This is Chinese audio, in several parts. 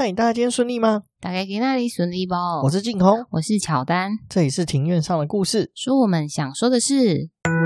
嗨，大家今天顺利吗？ 大概给那里顺利吧。 我是静空， 我是乔丹， 这里是庭院上的故事， 说我们想说的事。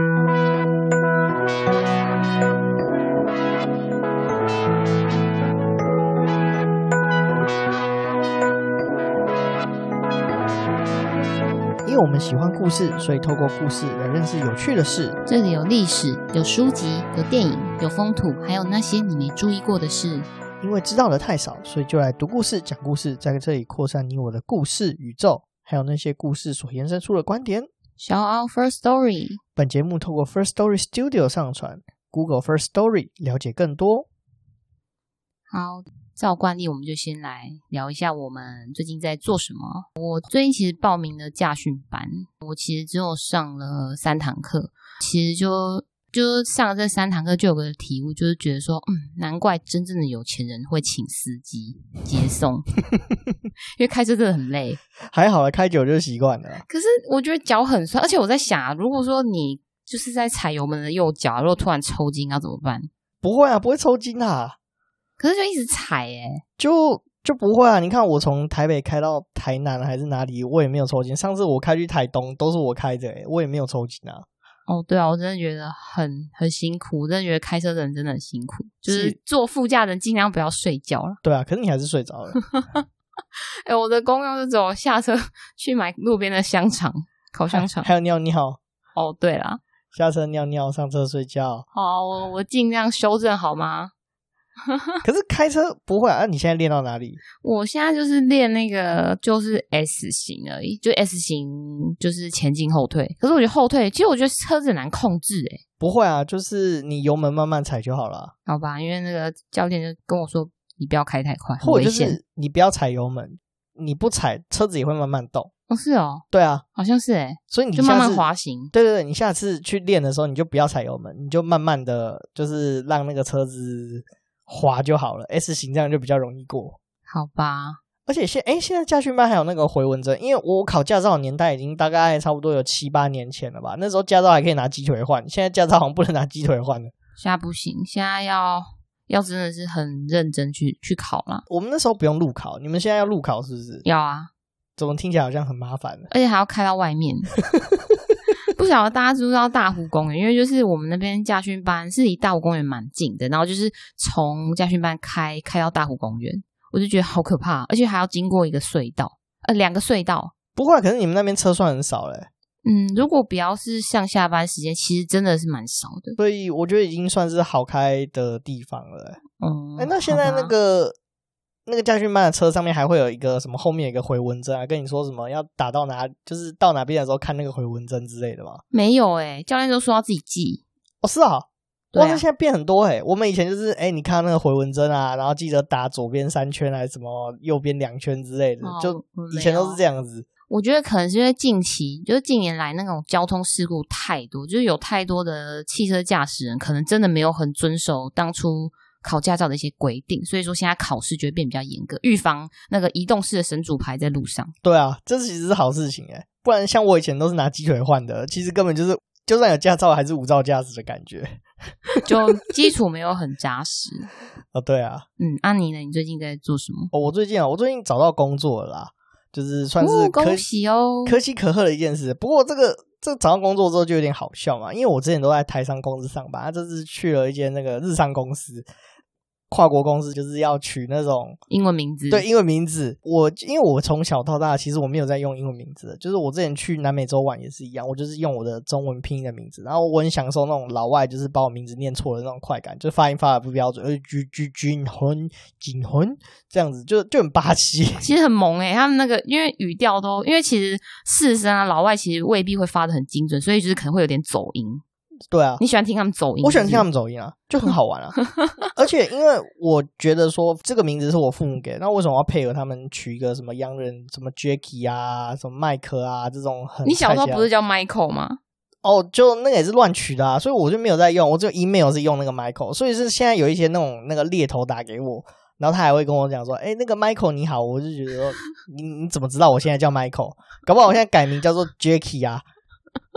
因为我们喜欢故事，所以透过故事来认识有趣的事。 这里有历史，有书籍，有电影，有风土，还有那些你没注意过的事。 因为知道的太少，所以就来读故事、讲故事，在这里扩散你我的故事宇宙，还有那些故事所延伸出的观点。 Shout out First Story。 本节目透过 First Story Studio 上传 ，Google First Story 了解更多。 好，照惯例我们就先来聊一下我们最近在做什么。我最近其实报名了驾训班，我其实只有上了3堂课，其实就上了这3堂课就有个体悟，就是觉得说难怪真正的有钱人会请司机接送因为开车真的很累。 还好了，开久就习惯了。 可是我觉得脚很酸，而且我在想啊，如果说你就是在踩油门的右脚，如果突然抽筋要怎么办？ 不会啊，不会抽筋啊。 可是就一直踩就不会啊。你看我从台北开到台南还是哪里，我也没有抽筋。上次我开去台东都是我开的我也没有抽筋啊。 哦，对啊，我真的觉得很辛苦，我真的觉得开车的人真的很辛苦，就是坐副驾的人尽量不要睡觉了。 对啊，可是你还是睡着了。 我的功用是走下车去买路边的香肠，烤香肠， 还有尿尿。 哦，对啦， 下车尿尿，上车睡觉。 好，我尽量修正好吗？ 可是开车不会啊，你现在练到哪里？ 我现在就是练那个就是 S 型而已，就 S 型就是前进后退。可是我觉得后退，其实我觉得车子很难控制不会啊，就是你油门慢慢踩就好了。 好吧，因为那个教练就跟我说你不要开太快，很或者就危险。 是你不要踩油门，你不踩车子也会慢慢动。 哦，是哦， 对啊， 好像是所以你就慢慢滑行。 对对对，你下次去练的时候你就不要踩油门，你就慢慢的就是让那个车子滑就好了。 S 型这样就比较容易过。 好吧， 而且现在驾训班还有那个回纹针，因为我考驾照的年代已经大概差不多有7-8年前了吧，那时候驾照还可以拿鸡腿换，现在驾照好像不能拿鸡腿换了。 现在不行，现在要真的是很认真去考啦。 我们那时候不用路考，你们现在要路考是不是？ 要啊， 怎么听起来好像很麻烦呢？ 而且还要开到外面不晓得大家知不知道大湖公园，因为就是我们那边驾训班是离大湖公园蛮近的，然后就是从驾训班开到大湖公园，我就觉得好可怕，而且还要经过一个隧道2个隧道。 不会，可是你们那边车算很少如果不要是上下班时间，其实真的是蛮少的， 所以我觉得已经算是好开的地方了那现在那个驾训班的车上面还会有一个什么，后面有一个回纹针啊，跟你说什么要打到哪，就是到哪边的时候看那个回纹针之类的吗？没有教练都说要自己记。 哦，是啊，哇， 这现在变很多我们以前就是你看那个回纹针啊，然后记得打左边3圈还是什么右边2圈之类的，就以前都是这样子。 我觉得可能是因为近年来那种交通事故太多，就是有太多的汽车驾驶人可能真的没有很遵守当初考驾照的一些规定，所以说现在考试就会变比较严格，预防那个移动式的神主牌在路上。对啊， 这其实是好事情不然像我以前都是拿鸡腿换的，其实根本就是就算有驾照还是无照驾驶的感觉就基础没有很扎实对啊。 你呢？你最近在做什么？ 我最近找到工作了啦，就是算是恭喜可喜可贺的一件事。不过这个找到工作之后就有点好笑嘛，因为我之前都在台商公司上班，这次去了一间那个日商公司，跨国公司，就是要取那种英文名字。 对，英文名字。因为我从小到大其实我没有在用英文名字的，就是我之前去南美洲玩也是一样，我就是用我的中文拼音的名字，然后我很享受那种老外就是把我名字念错的那种快感，就发音发的不标准，俊魂这样子，就很霸气。 其实很萌他们那个因为语调都，因为其实事实上老外其实未必会发的很精准，所以就是可能会有点走音。 对啊， 你喜欢听他们走音？ 我喜欢听他们走音啊，就很好玩啊而且因为我觉得说这个名字是我父母给的，那为什么要配合他们取一个什么洋人，什么 Jacky 啊，什么麦克啊，这种很…… 你小时候不是叫 Michael 吗？ 就那个也是乱取的所以我就没有在用，我只有 email 是用那个 Michael， 所以是现在有一些那个猎头打给我，然后他还会跟我讲说那个 Michael 你好，我就觉得说你怎么知道我现在叫 Michael， 搞不好我现在改名叫做 Jacky 啊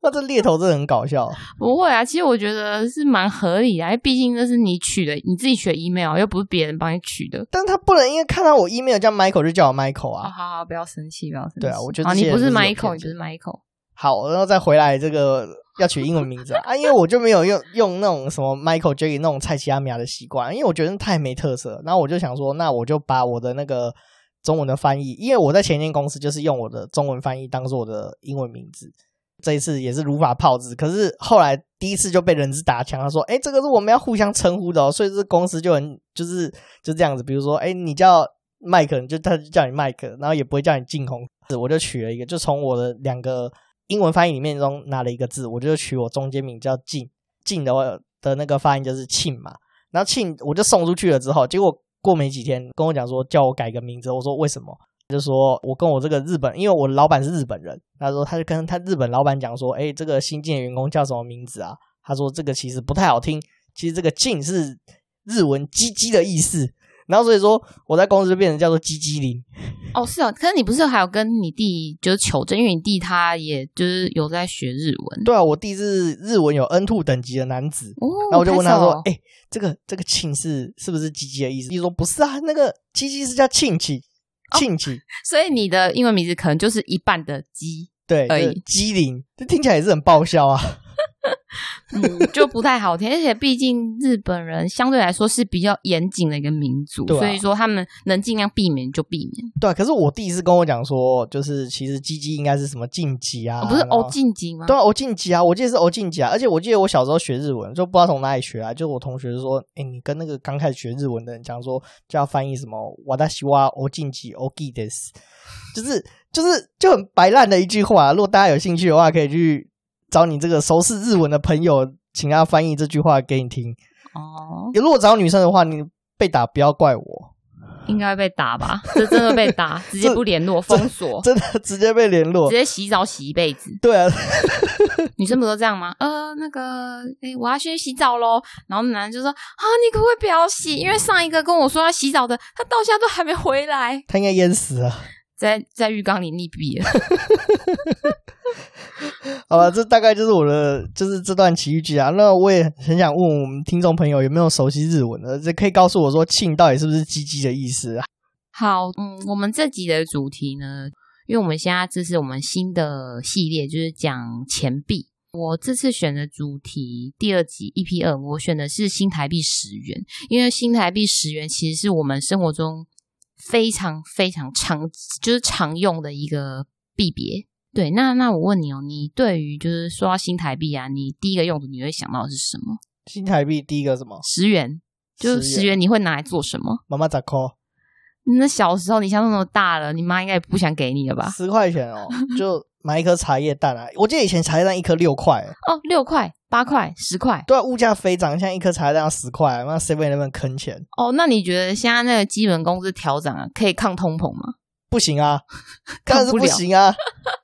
那这猎头真的很搞笑。 不会啊，其实我觉得是蛮合理的，因为毕竟那是你取的，你自己取的 email， 又不是别人帮你取的。 但他不能因为看到我 email 叫 Michael 就叫我 Michael 啊。 好，不要生气，不要生气。 对啊，我觉得你不是 Michael， 你不是 Michael。 好，然后再回来这个要取英文名字啊，因为我就没有用那种什么 Michael Jackie 那种菜奇阿米亚的习惯，因为我觉得太没特色。然后我就想说，那我就把我的那个中文的翻译，因为我在前一间公司就是用我的中文翻译当做我的英文名字，这一次也是如法炮制。可是后来第一次就被人资打枪，他说这个是我们要互相称呼的所以这公司就很就这样子。比如说你叫麦克，他就叫你麦克，然后也不会叫你静红。我就取了一个，就从我的2个英文翻译里面中拿了一个字，我就取我中间名叫静，静的那个发音就是庆嘛。然后庆我就送出去了之后，结果过没几天跟我讲说叫我改个名字，我说为什么？就说我跟我这个日本，因为我的老板是日本人，他说他就跟他日本老板讲说这个新进的员工叫什么名字啊？他说这个其实不太好听，其实这个静是日文鸡鸡的意思，然后所以说我在公司就变成叫做鸡鸡林。 是可是你不是还有跟你弟就是求证，因为你弟他也就是有在学日文。 对啊，我弟是日文有 N2 等级的男子。然后我就问他说这个庆是不是鸡鸡的意思？弟说不是啊，那个鸡鸡是叫庆起。 所以你的英文名字可能就是一半的鸡对而已，鸡灵，这听起来也是很爆笑啊。 就不太好听，而且毕竟日本人相对来说是比较严谨的一个民族，所以说他们能尽量避免就避免。 对啊，可是我弟是跟我讲说，就是其实鸡鸡应该是什么晋级啊， 不是欧晋级吗？ 对啊，欧晋级啊，我记得是欧晋级啊，而且我记得我小时候学日文就不知道从哪里学啊，就我同学说你跟那个刚开始学日文的人讲说就要翻译什么私は欧晋级欧ギです，就很白烂的一句话。如果大家有兴趣的话，可以去找你这个熟识日文的朋友，请他翻译这句话给你听。如果找女生的话，你被打不要怪我。 应该被打吧？这真的被打，直接不联络，封锁， 真的直接被联络， 直接洗澡洗一辈子。 对啊， 女生不都这样吗？那个，我要去洗澡咯。然后男人就说你可不可以不要洗？因为上一个跟我说要洗澡的，他到现在都还没回来， 他应该淹死了， 在浴缸里溺毙了。 好了，这大概就是我的就是这段奇遇记啊。那我也很想问我们听众朋友有没有熟悉日文的，这可以告诉我说庆到底是不是鸡鸡的意思啊？ 好，我们这集的主题呢，因为我们现在这是我们新的系列，就是讲钱币。我这次选的主题第2集 EP2， 我选的是新台币10元，因为新台币10元其实是我们生活中非常非常常用的一个币别。对，那我问你你对于就是说到新台币啊，你第一个用途你会想到的是什么？ 新台币第一个什么 ？10元，就10元你会拿来做什么？ 妈妈10块。 那小时候你像那么大了，你妈应该也不想给你了吧 ？10块钱就买一颗茶叶蛋啊！我记得以前茶叶蛋一颗6块 6块、8块、10块。 对啊，物价飞涨，现在一颗茶叶蛋要10块，那 7 那边坑钱。 那你觉得现在那个基本工资调涨可以抗通膨吗？ 不行啊，当然是不行啊。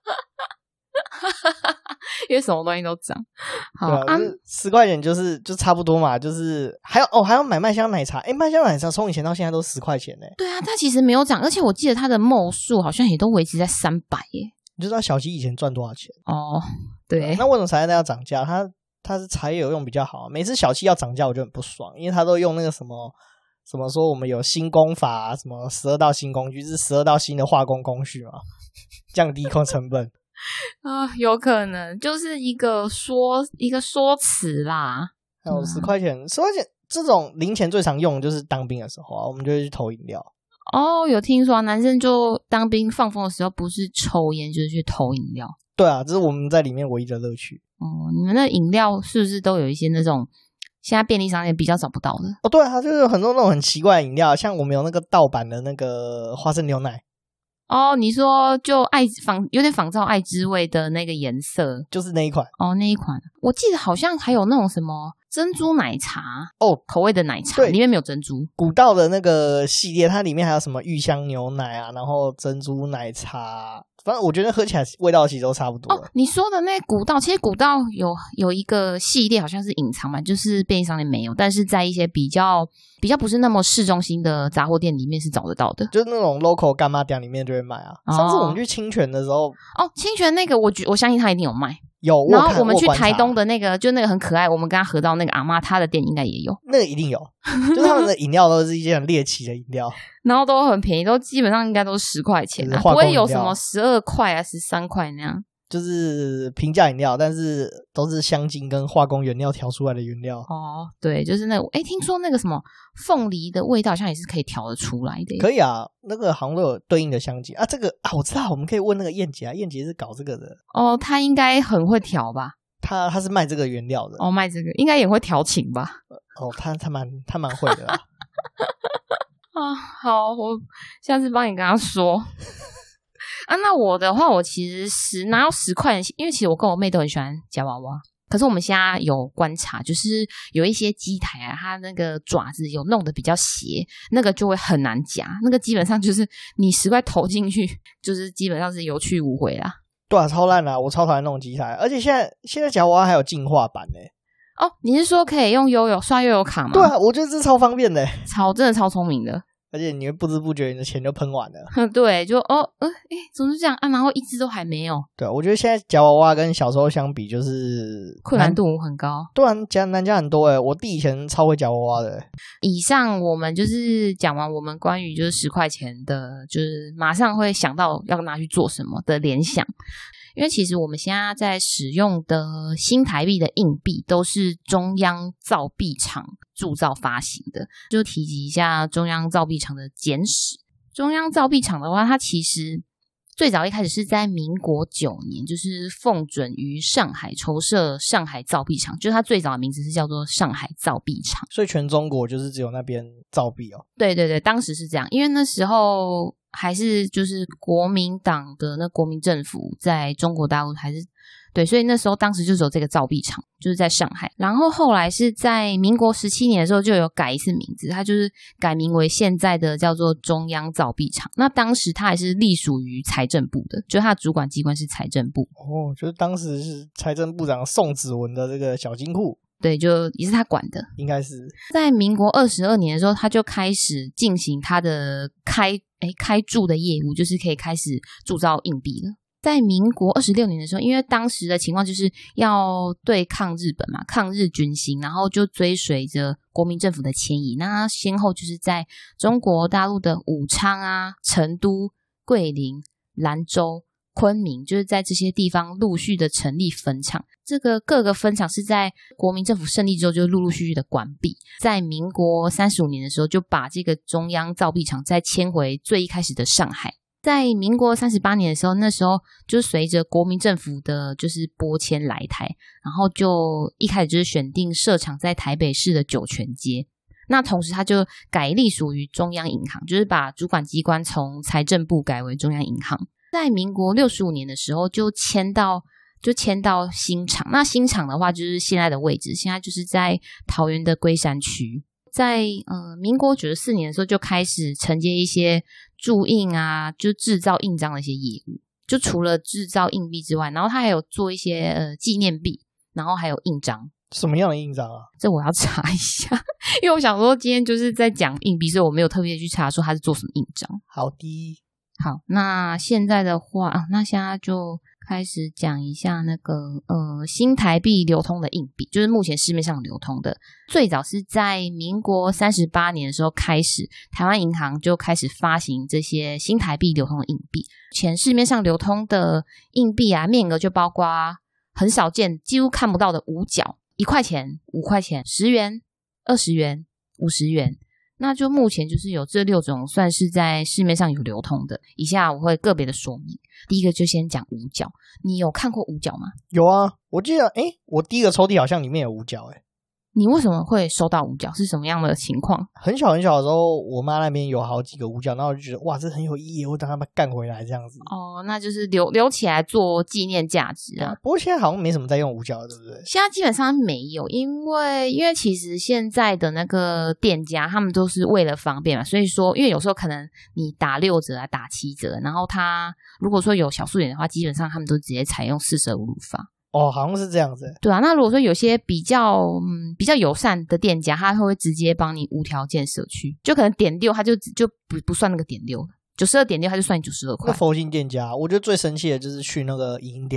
因为什么东西都涨。好 10块钱就差不多嘛，就是还要买麦香奶茶。麦香奶茶从以前到现在都10块钱呢。 对啊，它其实没有涨，而且我记得它的末数好像也都维持在300耶。 你就知道小七以前赚多少钱对。 那为什么茶叶蛋要涨价？它是茶叶有用比较好。每次小七要涨价我就很不爽，因为他都用那个什么说我们有新工法什么12道新工具，是12道新的化工工序嘛，降低成本。 有可能就是一个说辞啦。 还有10块钱这种零钱最常用的就是当兵的时候我们就会去投饮料。 有听说男生就当兵放风的时候不是抽烟就是去投饮料。 对啊，这是我们在里面唯一的乐趣。 你们的饮料是不是都有一些那种现在便利商店比较找不到的？ 对啊，就是有很多那种很奇怪的饮料，像我们有那个盗版的那个花生牛奶。 你说就有点仿照爱之味的那个颜色， 就是那一款。 那一款我记得好像还有那种什么珍珠奶茶口味的奶茶，里面没有珍珠。 古道的那个系列它里面还有什么芋香牛奶啊，然后珍珠奶茶，反正我觉得喝起来味道其实都差不多。 你说的那古道，其实古道有一个系列好像是隐藏版，就是便利商店没有，但是在一些比较不是那么市中心的杂货店里面是找得到的， 就是那种 local 干妈店里面就会卖啊。上次我们去清泉的时候清泉那个我相信他一定有卖。 有， 然后我们去台东的那个，就那个很可爱，我们跟他合到那个阿嬷，她的店应该也有。 那个一定有，就是他们的饮料都是一些很猎奇的饮料， 然后都很便宜，都基本上应该都10块钱啊，不会有什么12块啊、13块那样。 就是平价饮料，但是都是香精跟化工原料调出来的原料。 哦，对，就是那个，听说那个什么凤梨的味道好像也是可以调得出来的。 可以啊，那个好像都有对应的香精啊。这个啊，我知道，我们可以问那个燕姐啊，燕姐是搞这个的。 哦，她应该很会调吧？ 她是卖这个原料的。 哦，卖这个应该也会调情吧？ 哦，她蛮会的啦。 啊，好，我下次帮你跟她说。啊，那我的话，我其实拿到10块，因为其实我跟我妹都很喜欢夹娃娃。可是我们现在有观察，就是有一些机台啊，它那个爪子有弄得比较斜，那个就会很难夹。那个基本上就是你10块投进去，就是基本上是有去无回啦。 对啊，超烂啦！我超讨厌那种机台，而且现在夹娃娃还有进化版欸。 哦，你是说可以用刷悠游卡吗？ 对啊，我觉得这超方便的欸， 真的超聪明的。 而且你会不知不觉你的钱就喷完了。 对，就怎么是这样啊？然后一只都还没有。 对，我觉得现在夹娃娃跟小时候相比，就是困难度很高。 对啊，难夹很多欸。我弟以前超会夹娃娃的欸。 以上我们就是讲完我们关于就是10块钱的，就是马上会想到要拿去做什么的联想。因为其实我们现在在使用的新台币的硬币都是中央造币厂铸造发行的，就提及一下中央造币厂的简史。中央造币厂的话，它其实最早一开始是在民国9年，就是奉准于上海筹设上海造币厂，就是它最早的名字是叫做上海造币厂。 所以全中国就是只有那边造币哦。 对对对，当时是这样，因为那时候还是就是国民党的那国民政府在中国大陆还是对，所以那时候当时就只有这个造币厂，就是在上海。然后后来是在民国17年的时候就有改一次名字，它就是改名为现在的叫做中央造币厂。那当时它还是隶属于财政部的，就它的主管机关是财政部。 哦，就是当时是财政部长宋子文的这个小金库。 对，就也是他管的。 应该是在民国22年的时候，他就开始进行他的开铸的业务，就是可以开始铸造硬币了。在民国26年的时候，因为当时的情况就是要对抗日本嘛，抗日军心，然后就追随着国民政府的迁移，那先后就是在中国大陆的武昌啊、成都、桂林、兰州、昆明，就是在这些地方陆续的成立分厂。这个各个分厂是在国民政府胜利之后就陆陆续续的关闭。在民国35年的时候，就把这个中央造币厂再迁回最一开始的上海。在民国38年的时候，那时候就随着国民政府的就是拨迁来台，然后就一开始就是选定设厂在台北市的酒泉街。那同时他就改隶属于中央银行，就是把主管机关从财政部改为中央银行。在民国65年的时候就迁到新厂。那新厂的话就是现在的位置，现在就是在桃园的龟山区。在民国94年的时候就开始承接一些铸印啊，就制造印章的一些业务。就除了制造硬币之外，然后他还有做一些纪念币，然后还有印章。 什么样的印章啊？ 这我要查一下，因为我想说今天就是在讲硬币，所以我没有特别去查说他是做什么印章。 好的。 好，那现在的话那现在就开始讲一下那个新台币流通的硬币，就是目前市面上流通的。最早是在民国38年的时候开始，台湾银行就开始发行这些新台币流通的硬币。前市面上流通的硬币啊，面额就包括很少见几乎看不到的五角、1块钱、5块钱、10元、20元、50元。那就目前就是有这6种算是在市面上有流通的，以下我会个别的说明。第一个就先讲五角，你有看过五角吗？ 有啊，我记得我第一个抽屉好像里面有五角你为什么会收到五角？是什么样的情况？ 很小很小的时候，我妈那边有好几个五角，然后我就觉得哇，这很有意义，我等他们干回来这样子。 哦，那就是留起来做纪念价值啊。 不过现在好像没什么在用五角，对不对？ 现在基本上没有，因为其实现在的那个店家他们都是为了方便嘛，所以说因为有时候可能你打6折啊，打7折，然后他如果说有小数点的话，基本上他们都直接采用4舍5入法。 哦，好像是这样子。 对啊，那如果说有些比较友善的店家，他会直接帮你无条件舍去，就可能点6他就不算那个点6，92.6他就算你92块。 那佛心店家，我觉得最生气的就是去那个影音店，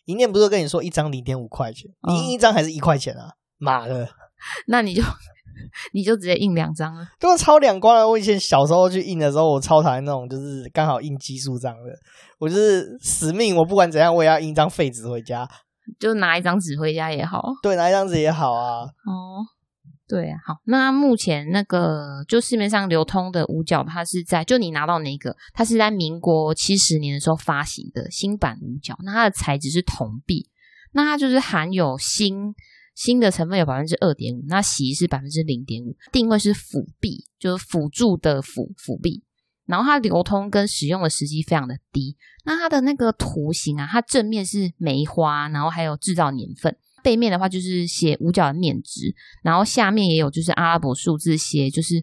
银店不是跟你说一张 0.5 块钱，你印一张还是1块钱啊？妈的！ 那你就直接印2张了， 对啊，超两光了。我以前小时候去印的时候，我超讨厌那种就是刚好印奇数张的，我就是死命，我不管怎样，我也要印一张废纸回家， 就拿一张纸回家也好。 对，拿一张纸也好啊。 哦，对啊，好，那目前那个就市面上流通的五角，它是在就你拿到那个，它是在民国70年的时候发行的新版五角，那它的材质是铜币，那它就是含有锌的成分有 2.5%， 那锡是 0.5%， 定位是辅币，就是辅助的辅币，然后它流通跟使用的时机非常的低。那它的那个图形啊，它正面是梅花，然后还有制造年份，背面的话就是写五角的面值，然后下面也有就是阿拉伯数字写就是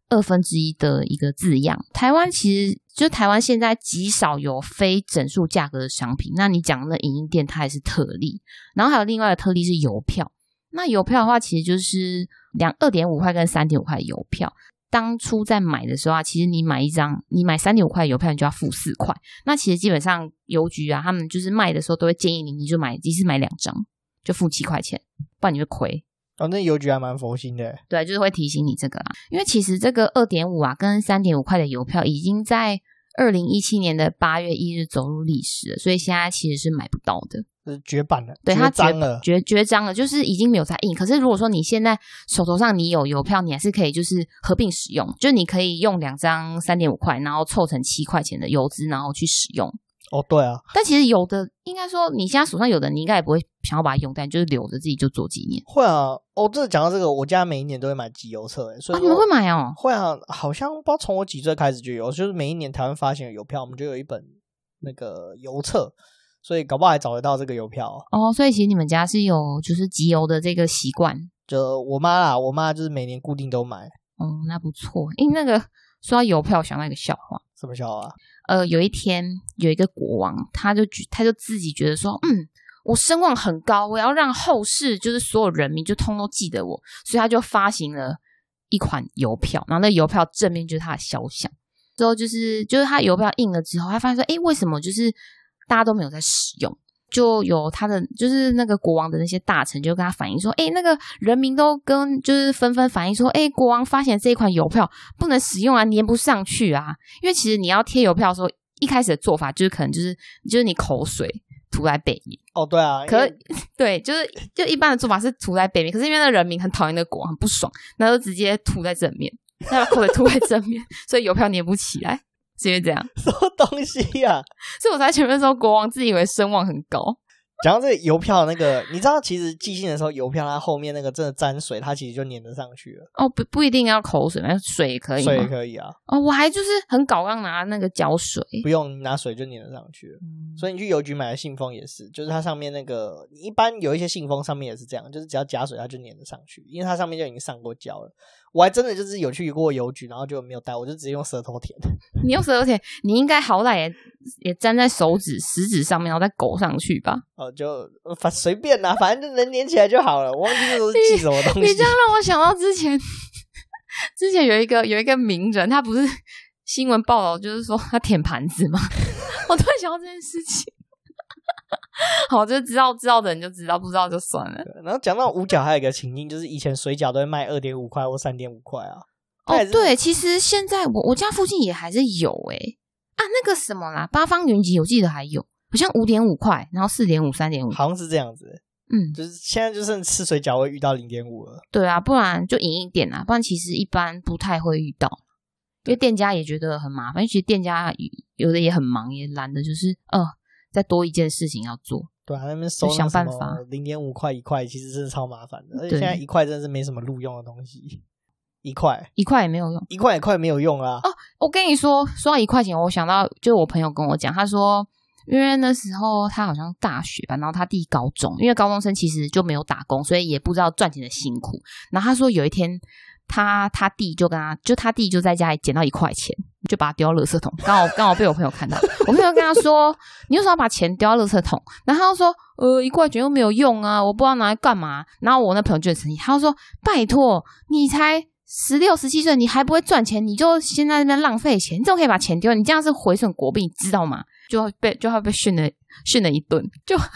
1/2的一个字样。台湾其实就台湾现在极少有非整数价格的商品，那你讲的那影印店它也是特例，然后还有另外的特例是邮票。那邮票的话其实就是2.5块跟 3.5 块的邮票，当初在买的时候啊，其实你买3.5块的邮票你就要付4块，那其实基本上邮局啊他们就是卖的时候都会建议你就一次买2张就付7块钱，不然你会亏。 哦，那邮局还蛮佛心的。 对，就是会提醒你这个啊，因为其实这个 2.5 啊跟 3.5 块的邮票已经在2017年的8月1日走入历史了，所以现在其实是买不到的， 是绝版了， 对，它绝章了，就是已经没有在印。可是如果说你现在手头上你有邮票，你还是可以就是合并使用，就你可以用2张 3.5 块，然后凑成7块钱的邮资，然后去使用。 哦，对啊， 但其实有的应该说你现在手上有的你应该也不会想要把它用，但就是留着自己就做纪念。 会啊，哦，这讲到这个，我家每一年都会买集邮册，所以你们会买哦？ 会啊，好像不知道从我几岁开始就有，就是每一年台湾发行的邮票，我们就有一本那个邮册，所以搞不好还找得到这个邮票哦。所以其实你们家是有就是集邮的这个习惯？ 就我妈就是每年固定都买。 哦，那不错。因为那个说到邮票，想到一个笑话。 什么笑话？ 有一天有一个国王，他就自己觉得说，我声望很高，我要让后世就是所有人民就通通记得我，所以他就发行了一款邮票，然后那邮票正面就是他的肖像。之后就是他邮票印了之后，他发现说，为什么就是大家都没有在使用？就有他的就是那个国王的那些大臣就跟他反映说，那个人民都就是纷纷反映说，国王发现这一款邮票不能使用啊，粘不上去啊。因为其实你要贴邮票的时候，一开始的做法就是可能就是你口水涂在背面。 哦，对啊， 对，就一般的做法是涂在背面，可是因为那人民很讨厌那个国王，很不爽，那就直接涂在正面，他把口水涂在正面，所以邮票粘不起来。是因为这样什么东西啊？ 所以我才前面说国王自以为声望很高。 讲到这个邮票那个，你知道其实寄信的时候邮票它后面那个真的沾水，它其实就粘得上去了。 哦，不一定要口水，水也可以吗？ 水也可以啊。 哦，我还就是很搞刚拿那个胶水， 不用拿水就粘得上去了。所以你去邮局买的信封也是，就是它上面那个一般有一些信封上面也是这样，就是只要加水它就粘得上去，因为它上面就已经上过胶了。我还真的就是有去过邮局，然后就没有带，我就直接用舌头舔。 你用舌头舔，你应该好歹也粘在食指上面，然后再勾上去吧。 哦，就随便啦，反正就能粘起来就好了。我忘记那都是寄什么东西。 你这样让我想到之前有一个名人，他不是新闻报道就是说他舔盘子吗？我突然想到这件事情。好，就知道的人就知道，不知道就算了。 然后讲到五角，还有一个情境，就是以前水饺都会卖 2.5 块或 3.5 块啊。 哦，对，其实现在我家附近也还是有那个什么啦，八方云集我记得还有，好像 5.5 块，然后 4.5 3.5， 好像是这样子。就是现在就剩吃水饺会遇到 0.5 了。 对啊，不然就影印店啊，不然其实一般不太会遇到，因为店家也觉得很麻烦，因为其实店家有的也很忙，也懒得就是再多一件事情要做。 对啊，那边收想办法。 0.5 块1块其实真的超麻烦的，而且现在1块真的是没什么路用的东西。1块也没有用 ，1块也快没有用啦。 哦，我跟你说到1块钱，我想到就我朋友跟我讲，他说因为那时候他好像大学吧，然后他弟高中，因为高中生其实就没有打工，所以也不知道赚钱的辛苦。然后他说有一天他弟他弟就在家里捡到1块钱，就把它丢到垃圾桶，刚好被我朋友看到。我朋友跟他说你为什么要把钱丢到垃圾桶？然后他就说1块钱又没有用啊，我不知道拿来干嘛。然后我那朋友就很生气，他就说拜托你才16、17岁，你还不会赚钱，你就先在那边浪费钱，你怎么可以把钱丢？你这样是毁损国币，你知道吗？就会被训了一顿，就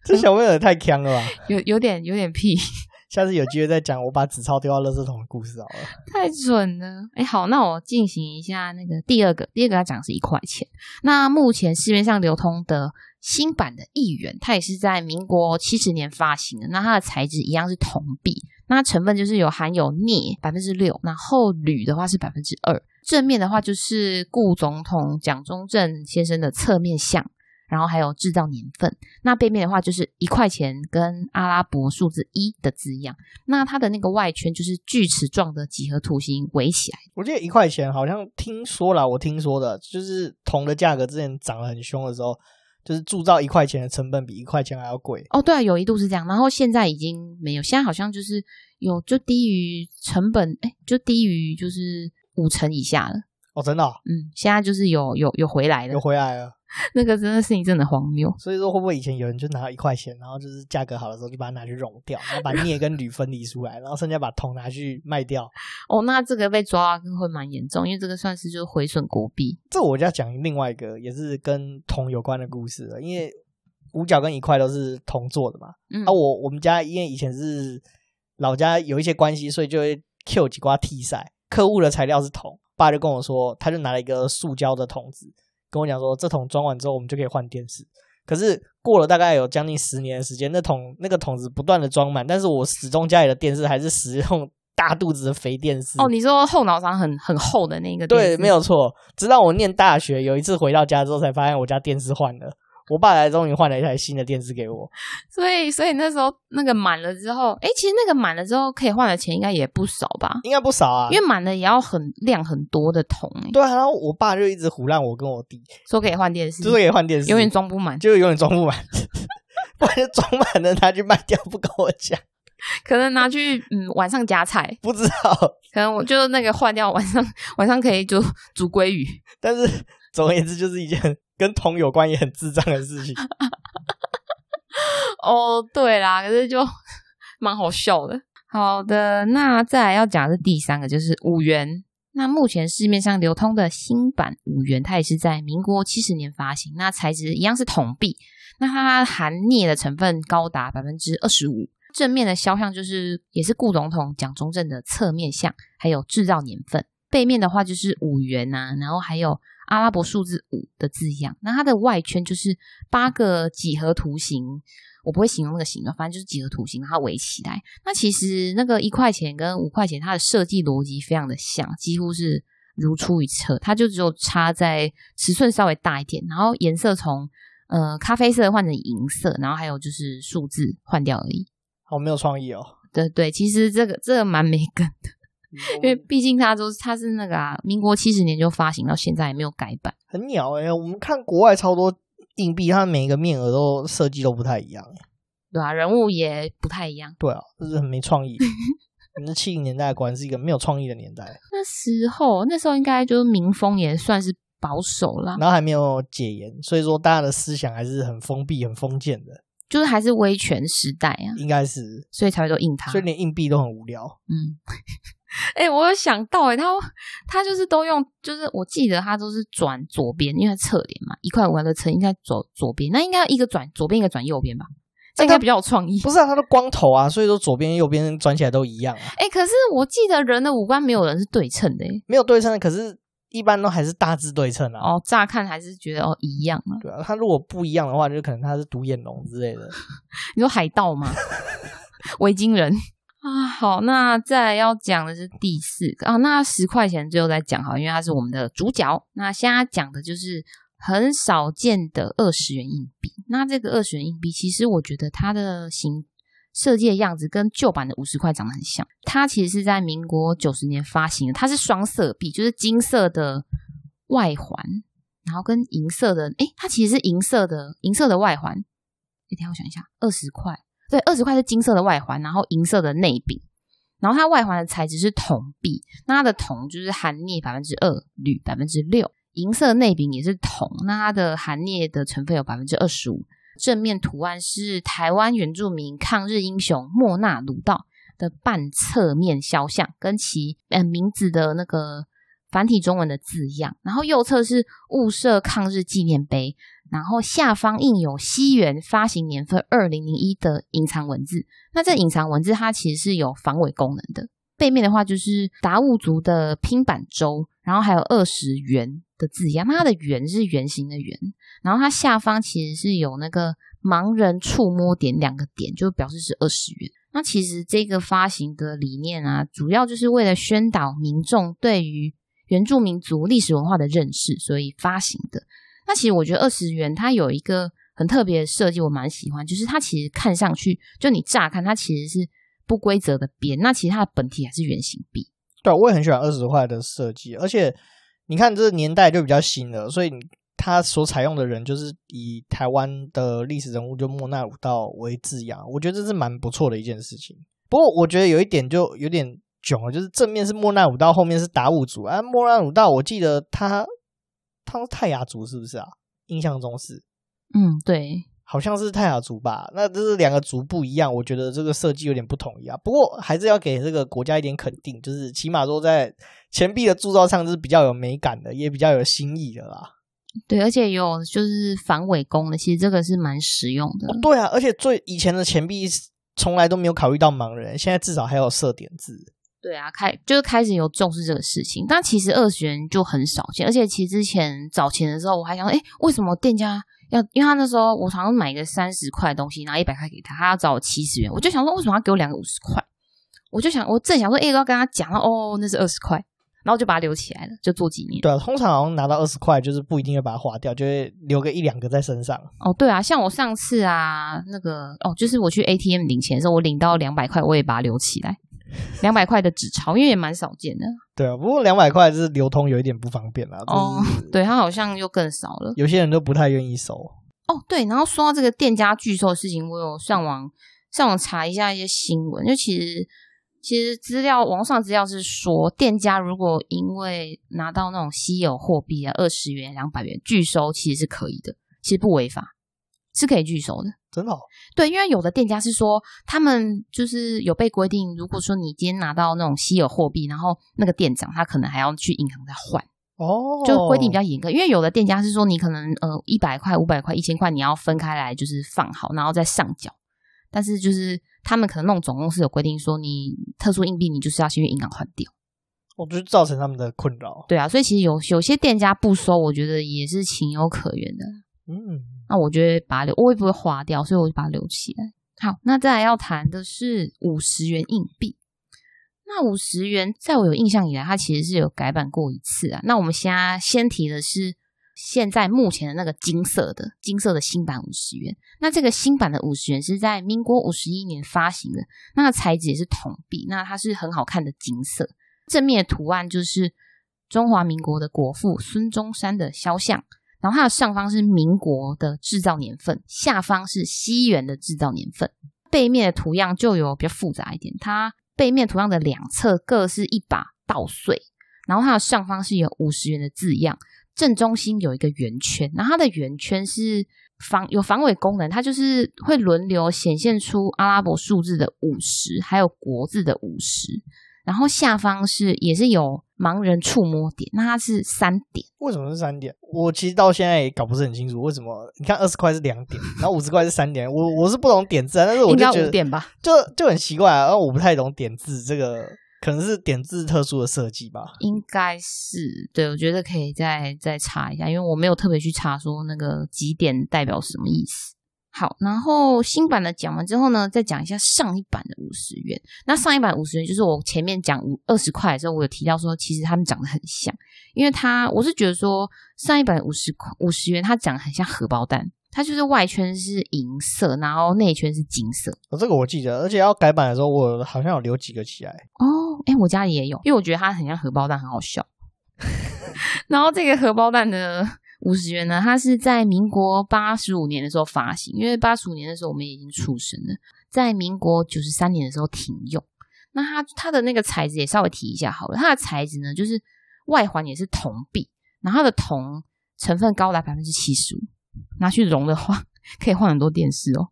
这小朋友也太强了吧， 有点屁。 下次有机会再讲我把纸钞丢到垃圾桶的故事好了。 太准了。好，那我进行一下那个第二个要讲的是1块钱。那目前市面上流通的新版的1元，它也是在民国70年发行的，那它的材质一样是铜币，那成分就是含有镍 6%， 然后铝的话是 2%， 正面的话就是顾总统蒋中正先生的侧面像，然后还有制造年份，那背面的话就是1块钱跟阿拉伯数字1的字样，那它的那个外圈就是锯齿状的几何图形围起来。 我记得1块钱好像我听说的就是铜的价格之前涨得很凶的时候，就是铸造1块钱的成本比1块钱还要贵。 对啊，有一度是这样，然后现在已经没有，现在好像就是就低于成本，就低于就是50%以下了。 真的现在就是有回来了， 有回来了。 那个真的事情真的荒谬。 所以说会不会以前有人就拿到1块钱，然后就是价格好的时候就把它拿去熔掉，然后把镍跟铝分离出来，然后剩下把铜拿去卖掉。 那这个被抓会蛮严重，因为这个算是就是毁损国币。 这我就要讲另外一个也是跟铜有关的故事了，因为5角跟1块都是铜做的嘛。我们家因为以前是老家有一些关系，所以就会 Q 几挂替赛，客户的材料是铜，爸就跟我说，他就拿了一个塑胶的桶子跟我讲说，这桶装完之后我们就可以换电视。可是过了大概有将近10年的时间，那个桶子不断的装满，但是我始终家里的电视还是使用大肚子的肥电视。 你说后脑勺很厚的那个电视？ 对，没有错。直到我念大学有一次回到家之后才发现我家电视换了，我爸才终于换了一台新的电视给我。 所以那时候那个满了之后，其实那个满了之后可以换的钱应该也不少吧？ 应该不少啊， 因为满了也要量很多的桶。 对啊，然后我爸就一直唬烂我跟我弟， 说可以换电视， 就说可以换电视， 永远装不满， 就永远装不满，不然就装满了拿去卖掉，不跟我讲。 可能拿去晚上夹菜， 不知道， 可能我就那个换掉，晚上可以就煮鲑鱼。 但是总而言之，就是一件跟铜有关也很智障的事情。 对啦，可是就蛮好笑的。好的，那再来要讲的是第3个，就是5元。那目前市面上流通的新版5元，它也是在民国70年发行，那材质一样是铜币，那它含镍的成分高达 25%， 正面的肖像也是顾总统蒋中正的侧面像，还有制造年份，背面的话就是5元啊，然后还有阿拉伯数字5的字样，那它的外圈就是8个几何图形，我不会形容那个形状，反正就是几何图形，然后围起来。那其实那个1块钱跟5块钱，它的设计逻辑非常的像，几乎是如出一辙，它就只有差在尺寸稍微大一点，然后颜色从咖啡色换成银色，然后还有就是数字换掉而已。 好没有创意哦。 对，其实这个蛮没梗的。因为毕竟它是那个民国70年就发行到现在也没有改版， 很鸟我们看国外超多硬币，它每一个面额都设计都不太一样对啊，人物也不太一样。 对啊，就是很没创意。那70年代果然是一个没有创意的年代。 那时候应该就是民风也算是保守啦， 然后还没有解严，所以说大家的思想还是很封闭很封建的， 就是还是威权时代啊， 应该是， 所以才会都印它， 所以连硬币都很无聊。 我有想到他就是都用，就是我记得他都是转左边，因为它侧脸嘛，1块5块的侧应该走左边，那应该一个转左边一个转右边吧，这应该比较有创意。 不是啊，他都光头啊，所以说左边右边转起来都一样啊。 可是我记得人的五官没有人是对称的没有对称的，可是一般都还是大致对称啊。 乍看还是觉得一样啊。 对啊，他如果不一样的话，就可能他是独眼龙之类的。 你说海盗吗？维京人啊。好，那再来要讲的是第4个那10块钱最后再讲好，因为它是我们的主角。那现在讲的就是很少见的20元硬币。那这个20元硬币，其实我觉得它的设计的样子跟旧版的50块长得很像。它其实是在民国90年发行的，它是双色币，就是金色的外环，然后跟银色的，它其实是银色的外环。等一下我想一下，20块，对，20块是金色的外环，然后银色的内柄，然后它外环的材质是铜币，那它的铜就是含镍 2%， 铝 6%， 银色内柄也是铜，那它的含镍的成分有 25%。正面图案是台湾原住民抗日英雄莫纳鲁道的半侧面肖像，跟其名字的那个繁体中文的字样，然后右侧是雾社抗日纪念碑， 然后下方印有西元发行年份2001的隐藏文字。那这隐藏文字它其实是有防伪功能的，背面的话就是达悟族的拼板舟，然后还有20元的字样，那它的圆是圆形的圆，然后它下方其实是有那个盲人触摸点2个点，就表示是20元。那其实这个发行的理念啊，主要就是为了宣导民众对于原住民族历史文化的认识，所以发行的。那其实我觉得20元它有一个很特别的设计，我蛮喜欢，就是它其实看上去，就你乍看它其实是不规则的边，那其实它的本体还是圆形币。 对，我也很喜欢20块的设计，而且你看这个年代就比较新了，所以它所采用的人就是以台湾的历史人物就莫那鲁道为字样，我觉得这是蛮不错的一件事情。不过我觉得有一点就有点囧了，就是正面是莫那鲁道，后面是达悟族啊。莫那鲁道我记得他是泰雅族是不是啊？印象中是， 对， 好像是泰雅族吧。那这是2个族不一样，我觉得这个设计有点不统一啊。不过还是要给这个国家一点肯定，就是起码说在钱币的铸造上是比较有美感的，也比较有新意的啦。 对，而且有就是防伪功的，其实这个是蛮实用的。 对啊，而且最以前的钱币从来都没有考虑到盲人，现在至少还有设点字。 对啊，就是开始有重视这个事情，但其实20元就很少见，而且其实之前找钱的时候，我还想说，为什么店家要？因为他那时候我好像买个30块的东西，拿100块给他，他要找我70元，我就想说，为什么他给我2个50块？我正想说，都要跟他讲了，那是20块。然后就把它留起来了，就做纪念。 对啊，通常好像拿到20块，就是不一定会把它花掉，就会留个1-2个在身上。 对啊，像我上次啊，那个就是我去 ATM 领钱的时候，我领到200块，我也把它留起来。200块的纸钞，因为也蛮少见的。 对啊，不过200块就是流通有一点不方便啦。 对，它好像又更少了， 有些人都不太愿意收。 对，然后说到这个店家拒收的事情，我有上网查一下一些新闻，就其实网上资料是说，店家如果因为拿到那种稀有货币啊，20元、200元拒收，其实是可以的，其实不违法，是可以拒收的。 真的？对， 因为有的店家是说，他们就是有被规定，如果说你今天拿到那种稀有货币，然后那个店长他可能还要去银行再换。就规定比较严格，因为有的店家是说，你可能100块、500块、1000块，你要分开来，就是放好，然后再上缴。但是就是他们可能那种总公司有规定说，你特殊硬币你就是要先去银行换掉， 就造成他们的困扰。 对啊，所以其实有些店家不收，我觉得也是情有可原的。那我觉得把它留，我也不会花掉，所以我就把它留起来。好，那再来要谈的是50元硬币。那50元在我有印象以来，它其实是有改版过一次啊。那我们现在先提的是现在目前的那个金色的新版50元。那这个新版的50元是在民国51年发行的，那材质也是铜币，那它是很好看的金色，正面的图案就是中华民国的国父孙中山的肖像，然后它的上方是民国的制造年份，下方是西元的制造年份。背面的图样就有比较复杂一点，它背面圖樣的兩側各是一把稻穗，然後它的上方是有50元的字樣，正中心有一個圓圈，然後它的圓圈是有防偽功能，它就是會輪流顯現出阿拉伯數字的50還有國字的50，然後下方也是有盲人觸摸點，那它是3點。 為什麼是3點？我其實到現在也搞不是很清楚為什麼。你看20塊是2點，然後50塊是3點，我是不懂點字啊，但是我就覺得應該5點吧， 就很奇怪啊，然後我不太懂點字，這個可能是點字特殊的設計吧。 應該是，對，我覺得可以再查一下，因為我沒有特別去查說那個幾點代表什麼意思。好，然後新版的講完之後呢，再講一下上一版的50元。那上一版50元就是我前面講20塊的時候，我有提到說其實他們長得很像，因為我是覺得說上一版50元它長得很像荷包蛋，它就是外圈是銀色，然後內圈是金色。 這個我記得，而且要改版的時候我好像有留幾個起來。 我家裡也有，因為我覺得它很像荷包蛋，很好笑。然後這個荷包蛋的50元呢，它是在民國85年的時候發行，因為85年的時候我們已經出生了，在民國93年的時候停用。那它的那個材質也稍微提一下好了，它的材質呢就是外環也是銅幣，然後它的銅成分高達 75%， 拿去熔的話可以換很多電視哦。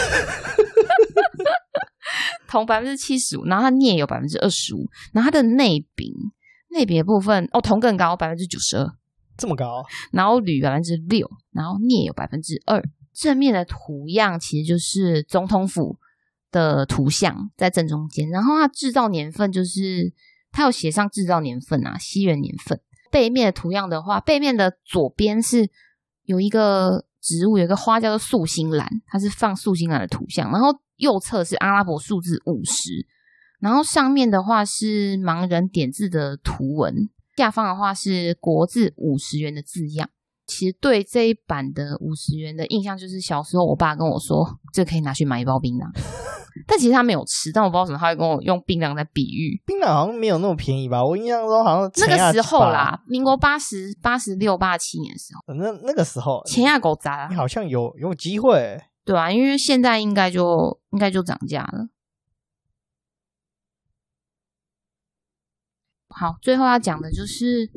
銅 75%， 然後它鎳有 25%， 然後它的內柄的部分銅更高 92%。 这么高， 然后铝6%，然后镍有2%。正面的图样其实就是总统府的图像在正中间，然后它制造年份就是它有写上制造年份啊，西元年份。背面的图样的话，背面的左边是有一个植物，有一个花叫做素心兰，它是放素心兰的图像，然后右侧是阿拉伯数字50，然后上面的话是盲人点字的图文，下方的话是国字50元的字样。其实对这一版的50元的印象就是小时候我爸跟我说这可以拿去买一包槟榔但其实他没有吃，但我不知道为什么他会跟我用槟榔在比喻。 槟榔好像没有那么便宜吧，我印象中好像那个时候啦，民国86、87年的时候， 那个时候钱亚狗砸你好像有机会对啊，因为现在应该就涨价了。好，最后要讲的就是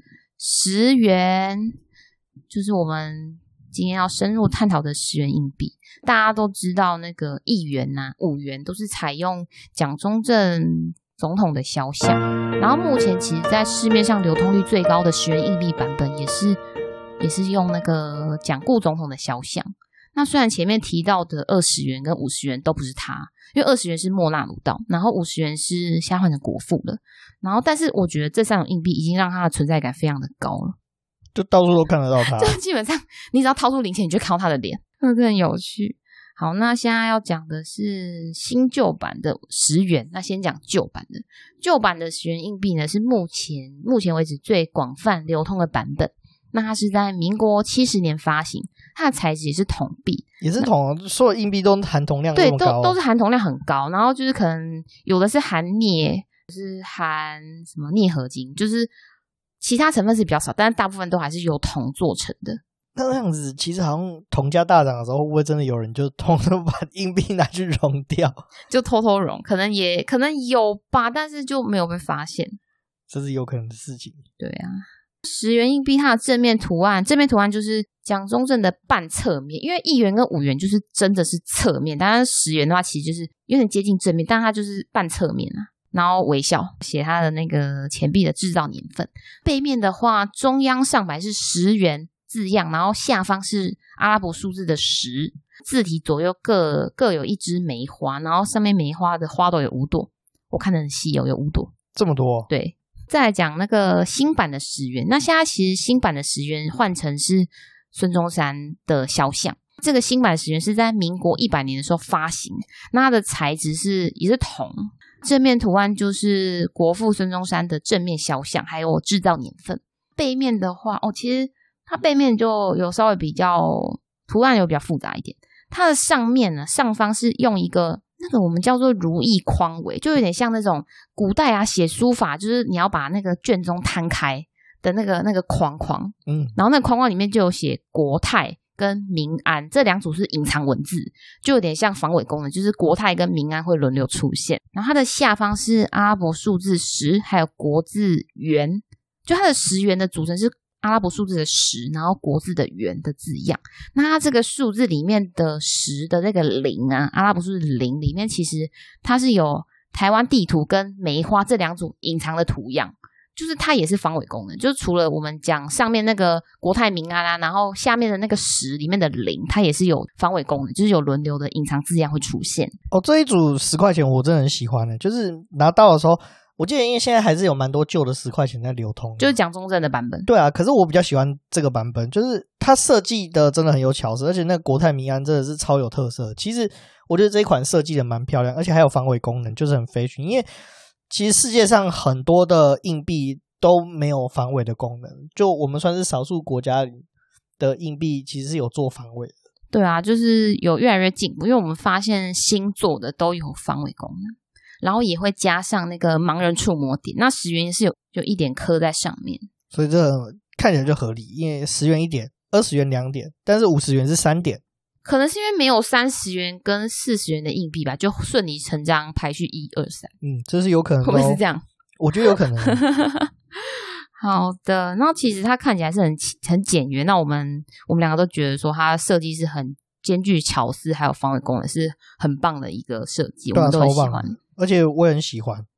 10元，就是我们今天要深入探讨的10元硬币。大家都知道那个1元啊、5元都是采用蒋中正总统的肖像，然后目前其实在市面上流通率最高的10元硬币版本也是用那个蒋顾总统的肖像。那虽然前面提到的20元跟50元都不是他，因为20元是莫纳鲁道，然后50元是现在换成国父了，然后但是我觉得这3种硬币已经让它的存在感非常的高了， 就到处都看得到他， 就基本上你只要掏出零钱你就看到他的脸，真的很有趣。好，那现在要讲的是新旧版的10元，那先讲旧版的。旧版的10元硬币呢是目前为止最广泛流通的版本，那它是在民国70年发行，它的材质也是铜币， 也是铜，所有硬币都含铜量那么高， 对，都是含铜量很高，然后就是可能有的是含镍，就是含什么镍合金，就是其他成分是比较少，但是大部分都还是由铜做成的。 那样子其实好像铜价大涨的时候，会不会真的有人就偷偷把硬币拿去熔掉，就偷偷熔？可能有吧，但是就没有被发现， 这是有可能的事情。 对啊，10元硬币它的正面图案就是蒋中正的半侧面，因为1元跟5元就是真的是侧面，但是10元的话其实就是有点接近正面，但它就是半侧面啊。然后微笑写它的那个钱币的制造年份。背面的话，中央上摆是10元字样，然后下方是阿拉伯数字的10，字体左右各有一支梅花，然后上面梅花的花朵有5朵，我看得很细有5朵， 这么多。 对，再来讲那个新版的10元，那现在其实新版的10元换成是孙中山的肖像。这个新版10元是在民国100年的时候发行，那它的材质也是铜，正面图案就是国父孙中山的正面肖像，还有制造年份。背面的话，其实它背面就有稍微比较图案有比较复杂一点。它的上面呢，上方是用一个那个我们叫做如意框尾，就有点像那种古代啊写书法，就是你要把那个卷宗摊开的那个框框，然后那个框框里面就有写国泰跟民安这2组是隐藏文字，就有点像防伪功能，就是国泰跟民安会轮流出现。然后它的下方是阿拉伯数字10，还有国字元，就它的10元的组成是阿拉伯数字的10，然后国字的元的字样。那它这个数字里面的10的那个0啊，阿拉伯数字0里面其实它是有台湾地图跟梅花这2组隐藏的图样，就是它也是防伪功能，就是除了我们讲上面那个国泰民安啊，然后下面的那个10里面的0，它也是有防伪功能，就是有轮流的隐藏字样会出现。 这一组10块钱我真的很喜欢的，就是拿到的时候，我记得因为现在还是有蛮多旧的10块钱在流通， 就是蒋中正的版本。 对啊，可是我比较喜欢这个版本，就是它设计的真的很有巧思，而且那个国泰民安真的是超有特色。其实我觉得这一款设计的蛮漂亮，而且还有防伪功能，就是很fashion。因为其实世界上很多的硬币都没有防伪的功能，就我们算是少数国家的硬币其实是有做防伪的。 对啊，就是有越来越进步，因为我们发现新做的都有防伪功能，然后也会加上那个盲人触摸点，那10元是有1点刻在上面， 所以这看起来就合理，因为10元1点，20元2点，但是50元是3点。 可能是因为没有30元跟40元的硬币吧，就顺理成章排序1、2、3。 这是有可能的。 会不会是这样？ 我觉得有可能。 好的，然后其实它看起来是很简约，那我们2个都觉得说它设计是很兼具巧思还有防伪功能，是很棒的一个设计，我们都很喜欢。 而且我也很喜欢。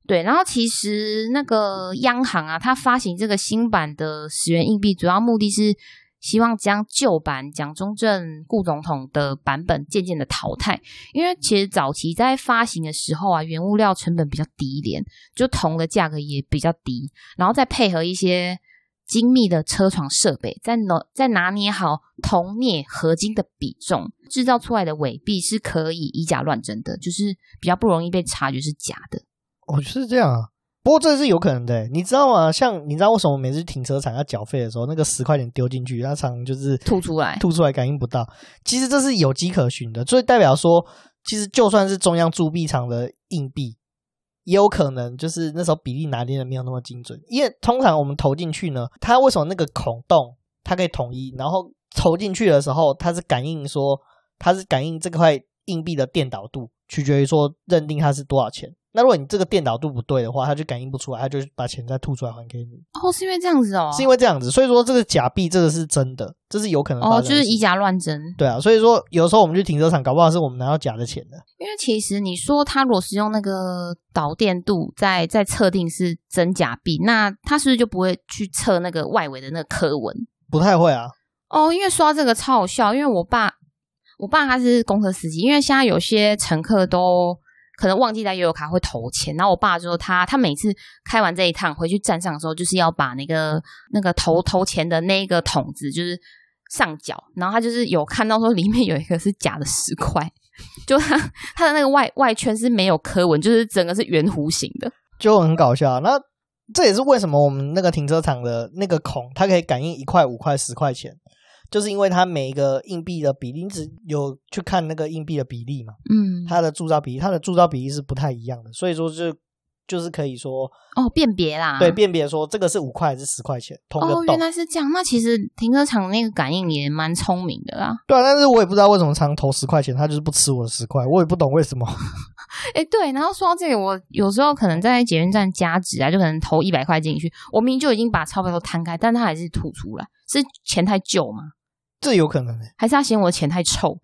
对，然后其实那个央行啊，它发行这个新版的10元硬币，主要目的是希望将旧版蒋中正顾总统的版本渐渐的淘汰。因为其实早期在发行的时候啊，原物料成本比较低廉，就铜的价格也比较低，然后再配合一些精密的车床设备，再拿捏好铜镍合金的比重，制造出来的伪币是可以以假乱真的，就是比较不容易被察觉是假的。 哦，是这样啊。不过这是有可能的，你知道吗？像你知道为什么每次停车场要缴费的时候，那个10块钱丢进去，它常常就是吐出来感应不到。其实这是有迹可循的，所以代表说，其实就算是中央铸币厂的硬币，也有可能就是那时候比例拿捏的没有那么精准。因为通常我们投进去呢，它为什么那个孔洞它可以统一，然后投进去的时候，它是感应这块硬币的电导度，取决于说认定它是多少钱。那如果你这个电导度不对的话，它就感应不出来，它就把钱再吐出来还给你。 哦，是因为这样子哦？ 是因为这样子，所以说这个假币这个是真的，这是有可能发生的事。 就是以假乱真。 对啊，所以说有时候我们去停车场，搞不好是我们拿到假的钱的。 因为其实你说它如果是用那个导电度在测定是真假币，那它是不是就不会去测那个外围的那个刻纹？ 不太会啊。 哦，因为说到这个超好笑，因为我爸他是公车司机，因为现在有些乘客都可能忘记带悠游卡会投钱，然后我爸就说他每次开完这一趟回去站上的时候，就是要把那个投钱的那个筒子就是上缴，然后他就是有看到说里面有一个是假的10块，就他的那个外圈是没有刻纹，就是整个是圆弧形的， 就很搞笑。那这也是为什么我们那个停车场的那个孔，它可以感应1块、5块、10块钱。就是因为它每一个硬币的比例，你只有去看那个硬币的比例嘛，它的铸造比例是不太一样的，所以说就是可以说辨别啦， 对，辨别说这个是5块还是10块钱，同个洞。 原来是这样，那其实停车场那个感应也蛮聪明的啦。 对啊，但是我也不知道为什么常投10块钱，他就是不吃我的10块，我也不懂为什么。 对，然后说到这个，我有时候可能在捷运站加值啊，就可能投100块进去，我明明就已经把钞票都摊开，但他还是吐出来，是钱太旧吗？ 这有可能还是他嫌我的钱太臭？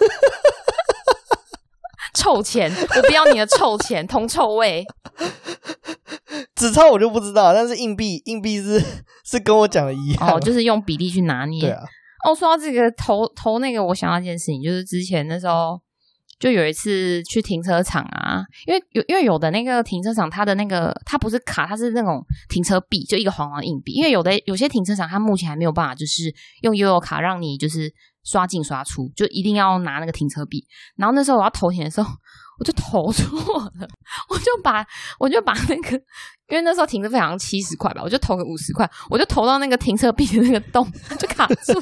臭钱，我不要你的臭钱，铜臭味。 纸钞我就不知道，但是硬币是跟我讲的一样， 就是用比例去拿捏。 对啊。 说到这个投那个，我想到一件事情，就是之前那时候就有一次去停车场啊，因为有的那个停车场它的那个它不是卡，它是那种停车币，就一个黄黄硬币。因为有些停车场它目前还没有办法就是用悠游卡让你就是刷进刷出，就一定要拿那个停车币。然后那时候我要投钱的时候，我就投错了，我就把那个，因为那时候停车费好像70块吧，我就投个50块，我就投到那个停车币的那个洞，就卡住。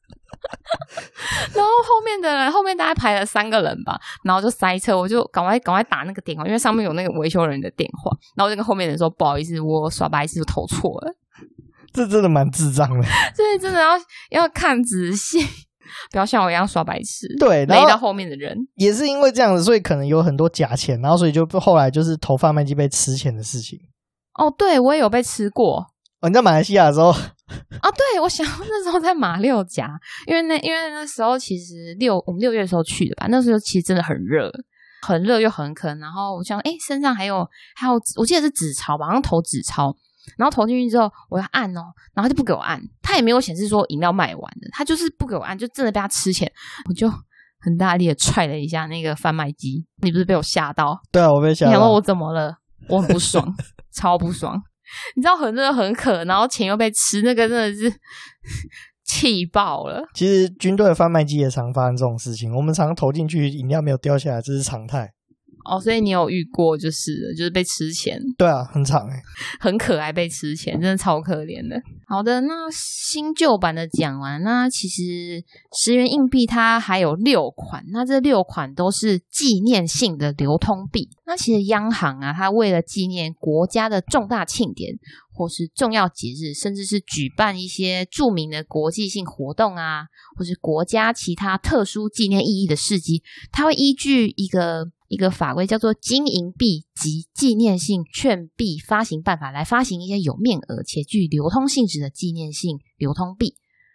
然后后面大概排了3个人吧，然后就塞车，我就赶快打那个电话，因为上面有那个维修人的电话，然后我就跟后面的人说不好意思，我耍白痴投错了。 这真的蛮智障的， 所以真的要看仔细，不要像我一样耍白痴。 对， 雷到后面的人也是因为这样子，所以可能有很多假钱，然后所以就后来就是投贩卖机被吃钱的事情。 对，我也有被吃过。 你在马来西亚的时候对，我想那时候在马六甲，因为那时候其实我们6月的时候去的吧，那时候其实真的很热又很渴，然后我想身上还有我记得是纸钞吧，好像投纸钞，然后投进去之后我要按然后他就不给我按，他也没有显示说饮料卖完了，他就是不给我按，就真的被他吃钱，我就很大力的踹了一下那个贩卖机。你不是被我吓到？ 对啊，我被吓到。 你想问我怎么了？我很不爽超不爽，你知道很热很渴，然后钱又被吃，那个真的是气爆了。 其实军队的贩卖机也常发生这种事情，我们常投进去饮料没有掉下来，这是常态。 所以你有遇过就是被吃钱？ 对啊，很长很可爱被吃钱，真的超可怜的。好的，那新旧版的讲完，那其实10元硬币它还有6款，那这6款都是纪念性的流通币。那其实央行啊，它为了纪念国家的重大庆典或是重要节日，甚至是举办一些著名的国际性活动啊，或是国家其他特殊纪念意义的事迹，它会依据一个法规叫做金银币及纪念性券币发行办法来发行一些有面额且具流通性质的纪念性流通币。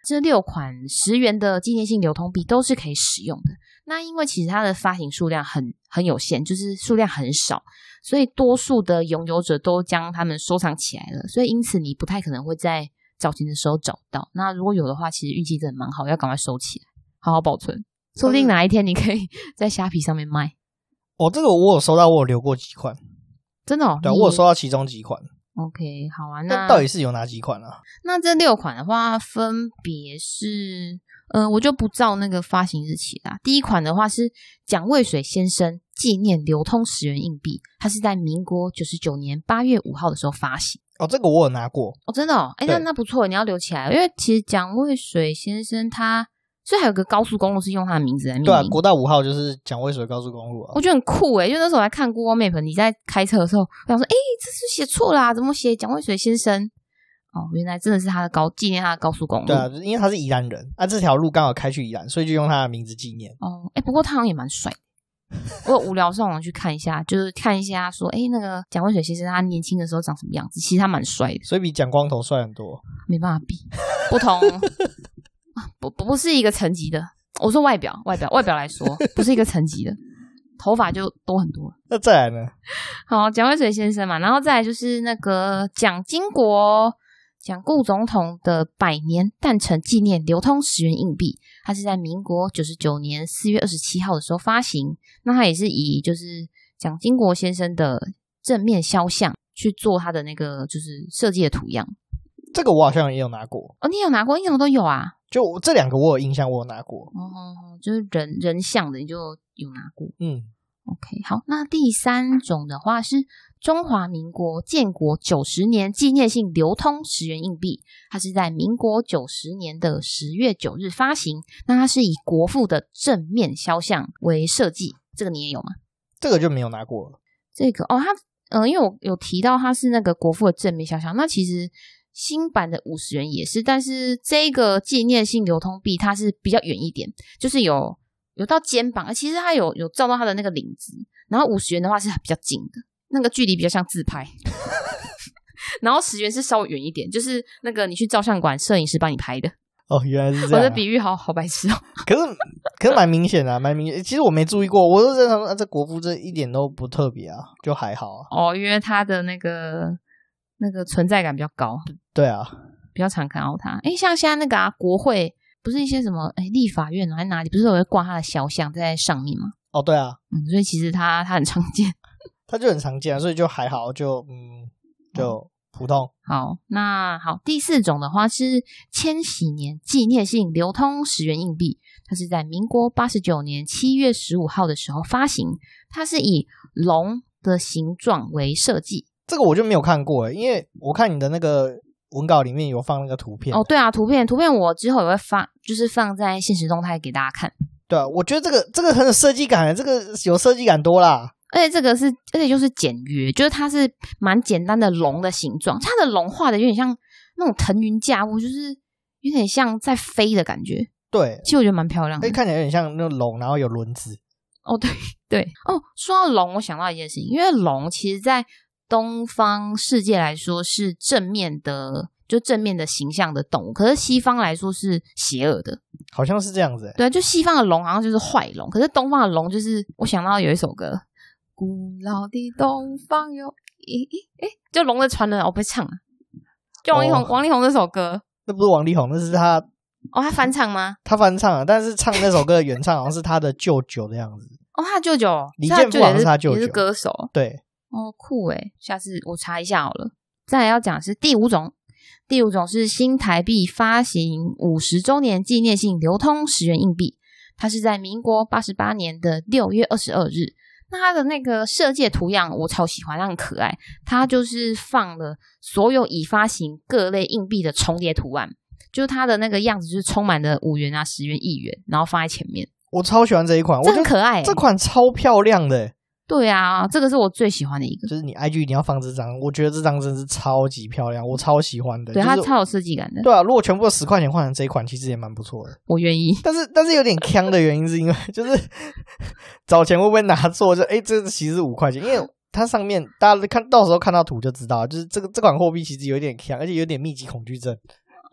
这6款10元的纪念性流通币都是可以使用的。那因为其实它的发行数量很有限，就是数量很少，所以多数的拥有者都将它们收藏起来了，所以因此你不太可能会在找钱的时候找到。那如果有的话，其实运气真的蛮好，要赶快收起来，好好保存，说不定哪一天你可以在虾皮上面卖。 这个我有收到，我有留过几款， 真的对，我有收到其中几款。 OK， 好啊，那到底是有哪几款啊？ 那这6款的话，分别是我就不照那个发行日期啦。第一款的话是蒋渭水先生纪念流通10元硬币，它是在民国99年8月5号的时候发行。 这个我有拿过。 真的那不错，你要留起来，因为其实蒋渭水先生他所以还有个高速公路是用他的名字来命名。 对啊，国道5号就是蒋渭水高速公路啊。 我觉得很酷就那时候我还看 Google Map， 你在开车的时候，我想说这是写错啦，怎么写蒋渭水先生？原来真的是他的纪念他的高速公路。 对啊，因为他是宜兰人这条路刚好开去宜兰，所以就用他的名字纪念。 不过他好像也蛮帅的。我有无聊上网去看一下，就是看一下说那个蒋渭水先生他年轻的时候长什么样子，其实他蛮帅的， 所以比蒋光头帅很多。 没办法比，不同不是一个层级的。我说外表来说不是一个层级的，头发就多很多。 那再来呢？ 好，蒋渭水先生嘛，然后再来就是那个蒋经国蒋顾总统的100年诞辰纪念流通10元硬币，它是在民国99年4月27号的时候发行。那它也是以就是蒋经国先生的正面肖像去做它的那个就是设计的图样。 这个我好像也有拿过。 你有拿过？你怎么都有啊？ 就这2个我有印象，我有拿过。 就是人像的你就有拿过。OK， 好，那第3种的话是中华民国建国90年纪念性流通10元硬币，它是在民国90年的10月9日发行。那它是以国父的正面肖像为设计，这个你也有吗？ 这个就没有拿过了。 这个它因为我有提到它是那个国父的正面肖像，那其实新版的50元也是，但是这个纪念性流通币它是比较远一点，就是有到肩膀，其实它有照到它的那个领子，然后50元的话是比较近的，那个距离比较像自拍然后10元是稍微远一点，就是那个你去照相馆摄影师帮你拍的。 原来是这样。 我的比喻好白痴可是蛮明显的蛮明显。其实我没注意过，我都在想说这国父这一点都不特别啊，就还好啊。 因为它的那个存在感比较高。对啊， 比较常看到它。像现在那个国会不是一些什么立法院还是哪里，不是有会挂他的肖像在上面吗？ 对啊。 所以其实它很常见。 它就很常见，所以就还好，就普通。 好，第4种的话是千禧年纪念性流通10元硬币，它是在民国89年7月15号的时候发行，它是以龙的形状为设计。 这个我就没有看过因为我看你的那个文稿里面有放那个图片。 对啊，图片我之后也会就是放在限时动态给大家看。 对啊，我觉得这个很有设计感，这个有设计感多啦。 而且就是简约，就是它是蛮简单的龙的形状，它的龙画的有点像那种腾云驾雾，就是有点像在飞的感觉。 对， 其实我觉得蛮漂亮的， 看起来有点像那种龙，然后有轮子。 对说到龙，我想到一件事情，因为龙其实在东方世界来说是正面的形象的动物，可是西方来说是邪恶的， 好像是这样子。 对，就西方的龙好像就是坏龙，可是东方的龙就是我想到有一首歌，古老的东方有就龙的传人，我不会唱就王力宏这首歌。 那不是王力宏，那是他他翻唱吗？ 他翻唱了，但是唱那首歌的原唱好像是他的舅舅的样子。 他的舅舅李健富好像是他舅舅， 也是歌手。 对。 酷下次我查一下好了。再来要讲的是第5种，第5种是新台币发行50周年纪念性流通10元硬币，它是在民国88年的6月22日。那它的那个设计图样我超喜欢，它很可爱，它就是放了所有已发行各类硬币的重叠图案，就是它的那个样子就是充满了5元啊、10元、1元，然后放在前面。 我超喜欢这一款， 这很可爱这款超漂亮的。 对啊，这个是我最喜欢的一个， 就是你 IG 一定要放这张，我觉得这张真是超级漂亮，我超喜欢的。 对，它超有设计感的。 对啊，如果全部10块钱换成这一款，其实也蛮不错的。 我愿意， 但是有点坑的原因是因为就是找钱会不会拿错？就这其实是5块钱，因为它上面大家到时候看到图就知道，就是这款货币其实有点坑，而且有点密集恐惧症。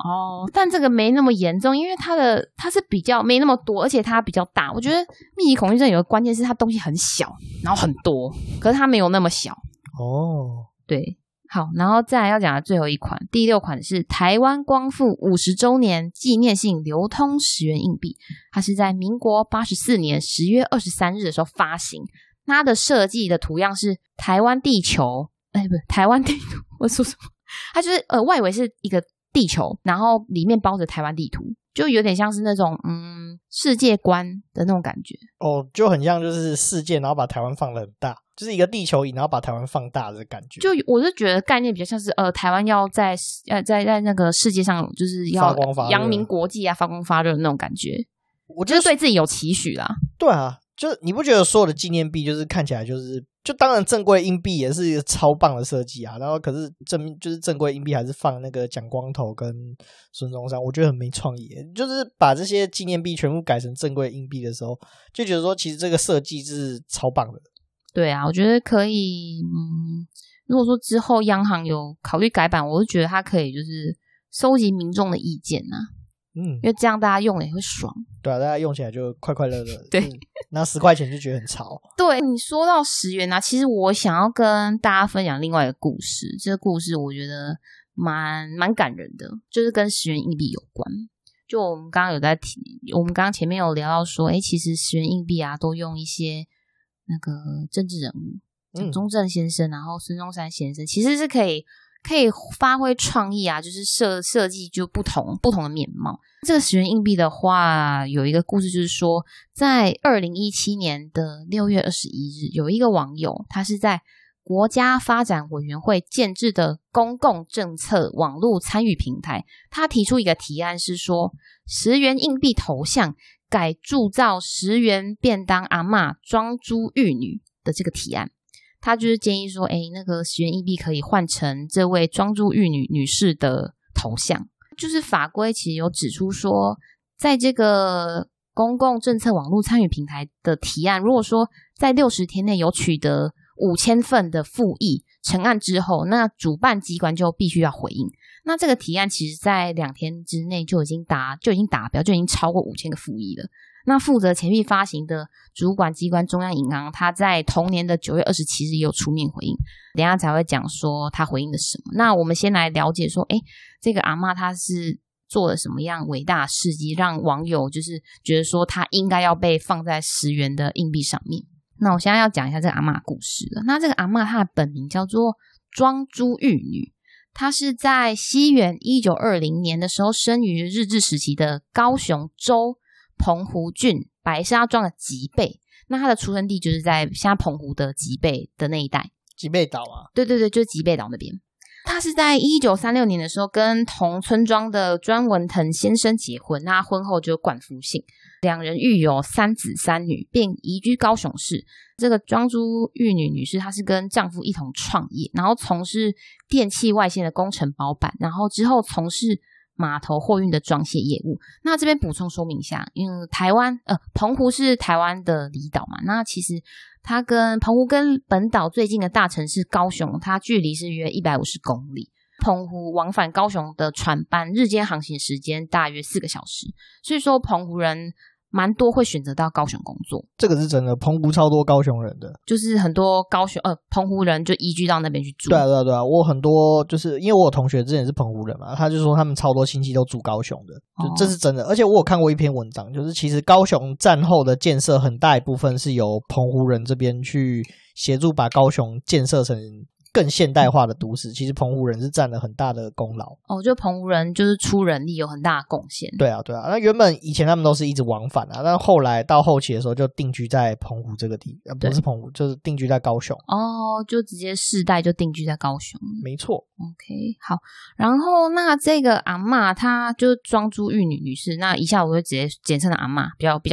哦，但这个没那么严重，因为它是比较没那么多，而且它比较大。我觉得密集恐惧症有个关键是它东西很小，然后很多，可是它没有那么小。 哦， 对，好，然后再来要讲的最后一款，第6款是台湾光复50周年纪念性流通10元硬币，它是在民国84年10月23日的时候发行。它的设计的图样是台湾地球，不是台湾地图，我说什么？它就是外围是一个地球，然后里面包着台湾地图，就有点像是那种世界观的那种感觉。 哦，就很像就是世界，然后把台湾放得很大，就是一个地球仪，然后把台湾放大的感觉。 就我是觉得概念比较像是台湾要在那个世界上就是要发光发热扬名国际啊，发光发热的那种感觉。我觉得对自己有期许啦。 对啊，就你不觉得所有的纪念币就是看起来就当然正规硬币也是一个超棒的设计啊，然后可是正规硬币还是放那个蒋光头跟孙中山，我觉得很没创意。就是把这些纪念币全部改成正规硬币的时候，就觉得说其实这个设计是超棒的。对啊，我觉得可以如果说之后央行有考虑改版，我就觉得它可以就是收集民众的意见啊。因为这样大家用了也会爽。对啊，大家用起来就快快乐乐。对，拿10块钱就觉得很潮。对，你说到10元啊，其实我想要跟大家分享另外一个故事。这个故事我觉得蛮感人的，就是跟10元硬币有关。就我们刚刚有在提，我们刚刚前面有聊到说，其实10元硬币啊，都用一些那个政治人物，蒋中正先生，然后孙中山先生，其实是可以发挥创意啊，就是设计就不同的面貌。这个10元硬币的话，有一个故事，就是说在2017年的6月21日，有一个网友，他是在国家发展委员会建制的公共政策网络参与平台，他提出一个提案，是说10元硬币头像改铸造10元便当阿嬷装猪玉女的这个提案。他就是建议说那个10元硬币可以换成这位庄珠玉女士的头像。就是法规其实有指出说，在这个公共政策网络参与平台的提案，如果说在60天内有取得5000份的复议成案之后，那主办机关就必须要回应。那这个提案其实在2天之内就已经达标，就已经超过5000个复议了。那负责钱币发行的主管机关中央银行，他在同年的9月27日也有出面回应，等一下才会讲说他回应了什么。那我们先来了解说这个阿嬷她是做了什么样伟大的事迹，让网友就是觉得说她应该要被放在10元的硬币上面。那我现在要讲一下这个阿嬷的故事了。那这个阿嬷她的本名叫做庄珠玉女，她是在西元1920年的时候生于日治时期的高雄州澎湖郡白沙庄的吉贝。那他的出生地就是在现在澎湖的吉贝的那一带。吉贝岛啊？对，就是吉贝岛那边。他是在1936年的时候跟同村庄的庄文腾先生结婚，那婚后就冠夫姓，两人育有3子3女，并移居高雄市。这个庄珠玉女士，她是跟丈夫一同创业，然后从事电气外线的工程包板，然后之后从事码头货运的装卸业务。那这边补充说明一下，因为澎湖是台湾的离岛嘛，那其实它跟澎湖跟本岛最近的大城市高雄，它距离是约150公里。澎湖往返高雄的船班日间航行时间大约4个小时，所以说澎湖人蛮多会选择到高雄工作。这个是真的，澎湖超多高雄人的，就是很多澎湖人就移居到那边去住。对啊，我很多就是因为我有同学之前是澎湖人嘛，他就说他们超多亲戚都住高雄的，就这是真的。而且我有看过一篇文章，就是其实高雄战后的建设很大一部分是由澎湖人这边去协助把高雄建设成更现代化的都市，其实澎湖人是占了很大的功劳。就澎湖人就是出人力有很大的贡献。对啊，那原本以前他们都是一直往返啊，但后来到后期的时候就定居在澎湖这个地方，不是澎湖，就是定居在高雄。就直接世代就定居在高雄。没错。OK， 好。然后那这个阿嬷她就是庄珠玉女士，那以下我会直接简称的阿嬷，比较快。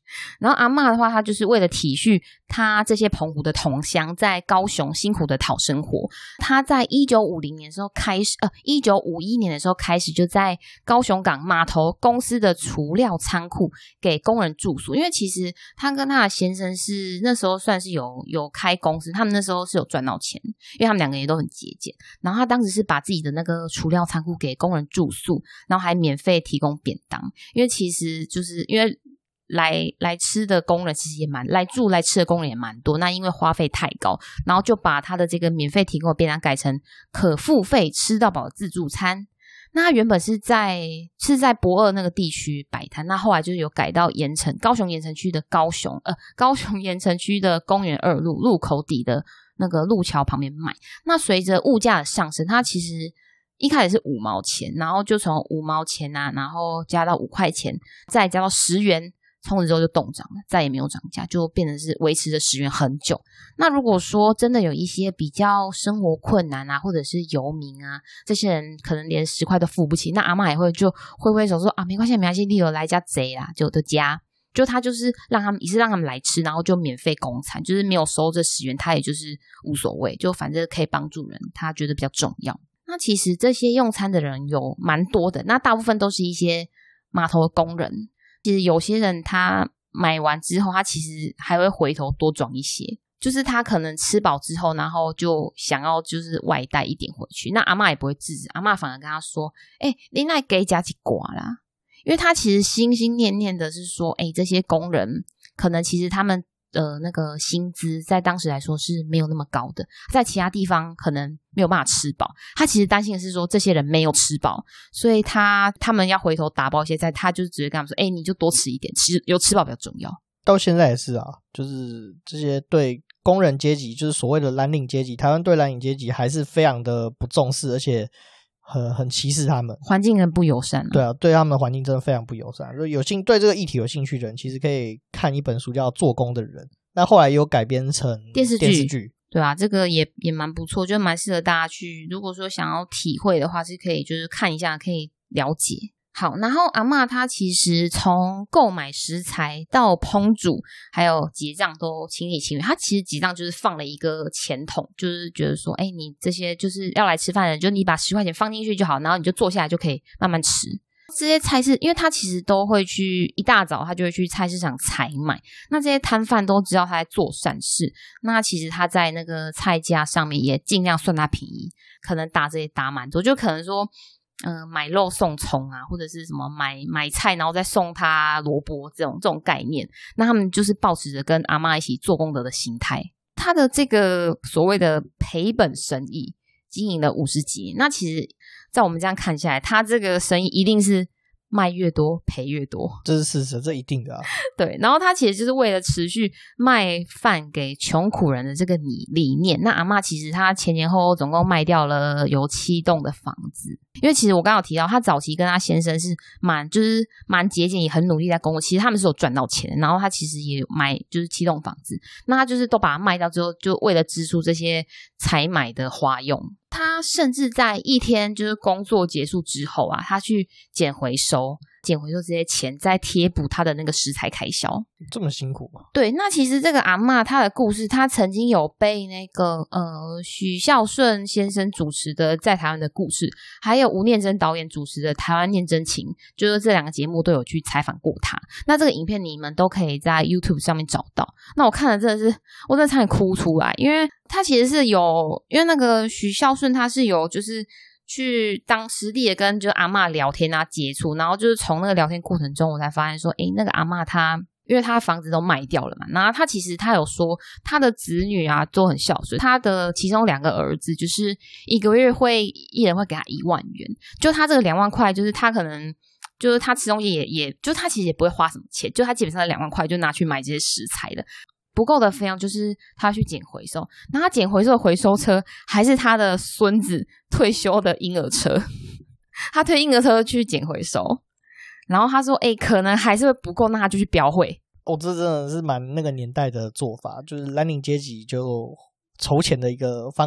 然后阿嬷的话，她就是为了体恤她这些澎湖的同乡在高雄辛苦的讨生活，她在1950年的时候开始，1951年的时候开始就在高雄港码头公司的储料仓库给工人住宿。因为其实她跟她的先生是那时候算是有开公司，他们那时候是有赚到钱，因为他们两个也都很节俭。然后她当时是把自己的那个储料仓库给工人住宿，然后还免费提供便当。因为其实就是因为来吃的工人其实也来吃的工人也蛮多，那因为花费太高，然后就把他的这个免费提供的便当改成可付费吃到饱的自助餐。那他原本是在駁二那个地区摆摊，那后来就是有改到高雄盐埕区的高雄盐埕区的公园2路路口底的那个路桥旁边卖。那随着物价的上升，它其实一开始是5毛钱，然后就从5毛钱啊，然后加到5块钱，再加到10元，从此之后就冻涨了，再也没有涨价，就变成是维持着10元很久。那如果说真的有一些比较生活困难啊，或者是游民啊，这些人可能连10块都付不起，那阿嬷也会就挥挥手说啊，没关系，你有来家贼啦，就加。就他就是让他们来吃，然后就免费供餐，就是没有收这10元，他也就是无所谓，就反正可以帮助人，他觉得比较重要。那其实这些用餐的人有蛮多的，那大部分都是一些码头的工人。其实有些人他买完之后，他其实还会回头多装一些，就是他可能吃饱之后，然后就想要就是外带一点回去，那阿嬷也不会制止，阿嬷反而跟他说你那给加几寡啦。因为他其实心心念念的是说这些工人可能其实他们那个薪资在当时来说是没有那么高的，在其他地方可能没有办法吃饱，他其实担心的是说这些人没有吃饱，所以他们要回头打包一些菜，他就直接跟他们说你就多吃一点，有吃饱比较重要。 到现在也是啊，就是这些对工人阶级，就是所谓的蓝领阶级，台湾对蓝领阶级还是非常的不重视，而且很歧视他们，环境很不友善对啊，对他们的环境真的非常不友善。对这个议题有兴趣的人，其实可以看一本书叫《做工的人》，那后来也有改编成电视剧。 对啊，这个也蛮不错，就蛮适合大家去，如果说想要体会的话，是可以就是看一下，可以了解。好，然后阿嬷她其实从购买食材到烹煮还有结账都亲力亲为，她其实结账就是放了一个钱筒，就是觉得说你这些就是要来吃饭的人，就你把10块钱放进去就好，然后你就坐下来就可以慢慢吃。这些菜市因为他其实都会去一大早他就会去菜市场采买，那这些摊贩都知道他在做善事，那其实他在那个菜价上面也尽量算他便宜，可能打这些打蛮多，就可能说买肉送葱啊，或者是什么买菜然后再送他萝卜这种概念，那他们就是抱持着跟阿嬷一起做功德的心态。他的这个所谓的赔本生意经营了50几年，那其实在我们这样看下来，他这个生意一定是卖越多赔越多， 这是事实，这一定的啊。 对，然后他其实就是为了持续卖饭给穷苦人的这个理念。那阿嬷其实他前后总共卖掉了有7栋的房子，因为其实我刚刚有提到，他早期跟他先生是蛮节俭，也很努力在工作，其实他们是有赚到钱的，然后他其实也买就是7栋房子，那他就是都把它卖掉之后，就为了支出这些采买的花用。他甚至在一天就是工作结束之后啊，他去捡回收这些钱，再贴补他的那个食材开销。 这么辛苦吗？ 对，那其实这个阿嬷她的故事，她曾经有被那个许孝顺先生主持的《在台湾的故事》，还有吴念真导演主持的《台湾念真情》，就是这2个节目都有去采访过他。那这个影片你们都可以在 YouTube 上面找到。那我看了真的差点哭出来，因为他其实是有，因为那个许孝顺他是有就是去当实地的跟就是阿嬷聊天啊接触，然后就是从那个聊天过程中我才发现说那个阿嬷她因为她房子都卖掉了嘛，然后她其实她有说她的子女啊都很孝顺，她的其中2个儿子就是一个月一人会给她1万元，就她这个2万块就是她可能就是她吃东西也就她其实也不会花什么钱，就她基本上2万块就拿去买这些食材的，不够的费用就是他去捡回收，那他捡回收的回收车还是他的孙子退休的婴儿车，他推婴儿车去捡回收，然后他说可能还是会不够，那他就去标会。 这真的是蛮那个年代的做法，就是蓝领阶级就筹钱的一个方式。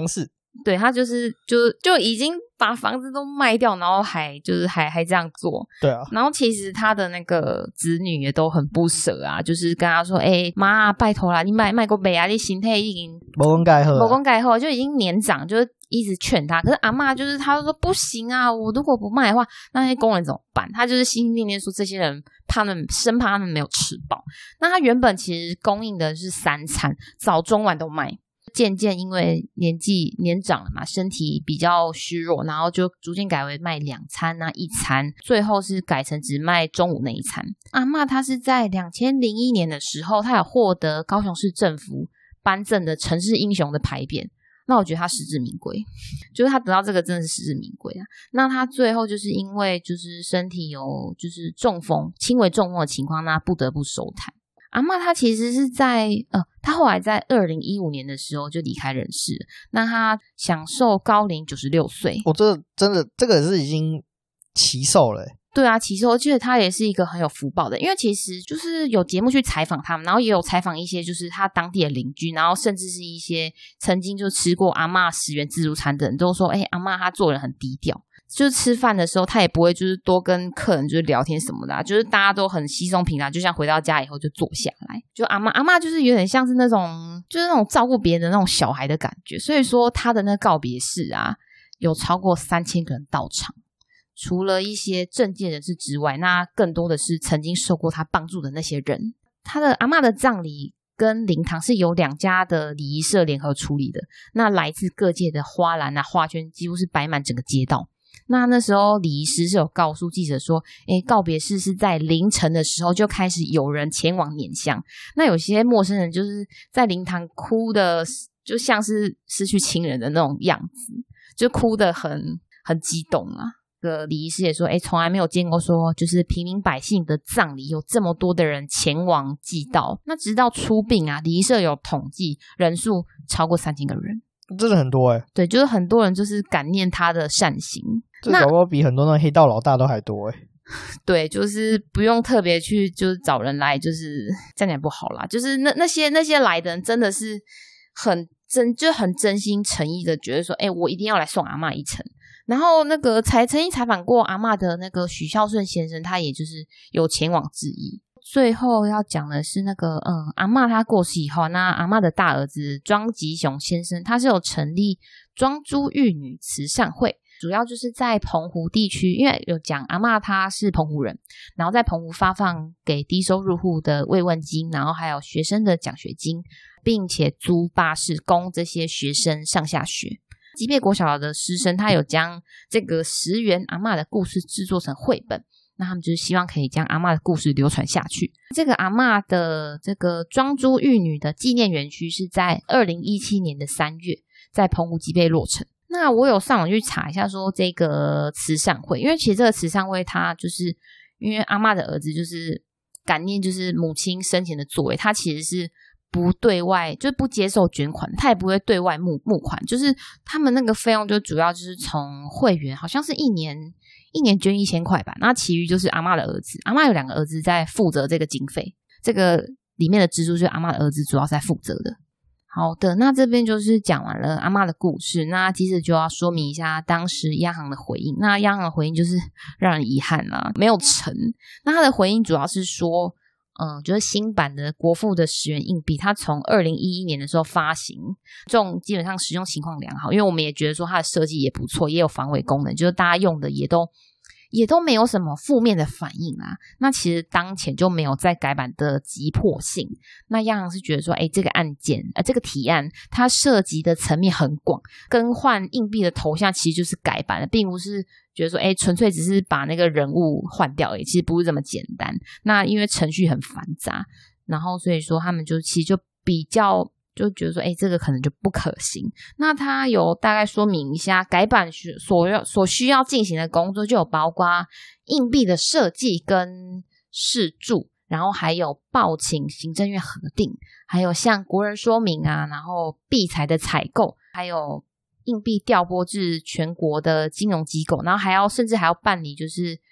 对，他就已经把房子都卖掉，然后还这样做。 对啊， 然后其实他的那个子女也都很不舍啊，就是跟他说妈拜托啦，你卖过卖啊，你身体已经没讲改好， 没讲改好，就已经年长，就是一直劝他。可是阿嬷就是他说不行啊，我如果不卖的话，那些工人怎么办？他就是心心念念说这些人生怕他们没有吃饱。那他原本其实供应的是3餐，早中晚都卖。渐渐因为年长了嘛，身体比较虚弱，然后就逐渐改为卖2餐啊1餐，最后是改成只卖中午那一餐。阿嬷她是在2001年的时候，她有获得高雄市政府颁赠的城市英雄的牌匾，那我觉得他实至名归，就是他得到这个真的是实至名归啊。那他最后就是因为就是身体有就是轻微中风的情况，那不得不收摊。阿嬷她其实是在她后来在2015年的时候就离开人世了，那她享受高龄96岁。 这个是已经奇寿了。 对啊，其实我觉得他也是一个很有福报的，因为其实就是有节目去采访他们，然后也有采访一些就是他当地的邻居，然后甚至是一些曾经就吃过阿嬷10元自助餐的人都说阿嬷她做人很低调，就是吃饭的时候他也不会就是多跟客人就是聊天什么的啊，就是大家都很稀松平常，就像回到家以后就坐下来，就阿嬷就是有点像是那种就是那种照顾别人的那种小孩的感觉。所以说他的那个告别式啊，有超过3000个人到场，除了一些政界人士之外，那更多的是曾经受过他帮助的那些人。他的阿嬷的葬礼跟灵堂是由2家的礼仪社联合处理的，那来自各界的花篮啊花圈几乎是摆满整个街道。那时候礼仪师是有告诉记者说告别式是在凌晨的时候就开始有人前往拈香，那有些陌生人就是在灵堂哭的就像是失去亲人的那种样子，就哭得很激动啊。礼仪师也说从来没有见过说就是平民百姓的葬礼有这么多的人前往祭悼。那直到出殡啊，礼仪社有统计人数超过3000个人， 真的很多对，就是很多人就是感念他的善行， 这搞不好比很多那黑道老大都还多对，就是不用特别去就是找人来，就是这样讲不好啦，就是那些来的人真的是很真心诚意的觉得说我一定要来送阿嬷一程。然后那个曾经采访过阿嬷的那个许孝顺先生，他也就是有前往致意。最后要讲的是那个阿嬷她过世以后，那阿嬷的大儿子庄吉雄先生，他是有成立庄珠玉女慈善会，主要就是在澎湖地区，因为有讲阿嬷她是澎湖人，然后在澎湖发放给低收入户的慰问金，然后还有学生的奖学金，并且租巴士供这些学生上下学。吉备国小的师生他有将这个10元阿嬷的故事制作成绘本，那他们就是希望可以将阿嬷的故事流传下去。这个阿嬷的这个庄珠玉女的纪念园区是在2017年的3月在澎湖吉备落成。那我有上网去查一下说这个慈善会，因为其实这个慈善会它就是因为阿嬷的儿子就是感念就是母亲生前的作为，他其实是不对外就不接受捐款，他也不会对外募款，就是他们那个费用就主要就是从会员好像是一年捐1000块吧，那其余就是阿嬷的儿子，阿嬷有2个儿子在负责这个经费，这个里面的支出就是阿嬷的儿子主要在负责的。好的，那这边就是讲完了阿嬷的故事，那接着就要说明一下当时央行的回应。那央行的回应就是让人遗憾啦，没有成。那他的回应主要是说就是新版的国父的10元硬币，它从2011年的时候发行，这种基本上使用情况良好，因为我们也觉得说它的设计也不错，也有防伪功能，就是大家用的也都没有什么负面的反应啊。那其实当前就没有再改版的急迫性。那央行是觉得说这个案件这个提案它涉及的层面很广，更换硬币的头像其实就是改版了，并不是觉得说纯粹只是把那个人物换掉而已，其实不是这么简单。那因为程序很繁杂，然后所以说他们就其实就比较就觉得说这个可能就不可行。那他有大概说明一下改版所需要进行的工作，就有包括硬币的设计跟释注，然后还有报请行政院核定，还有向国人说明啊，然后币材的采购，还有硬币调拨至全国的金融机构，然后甚至还要办理就是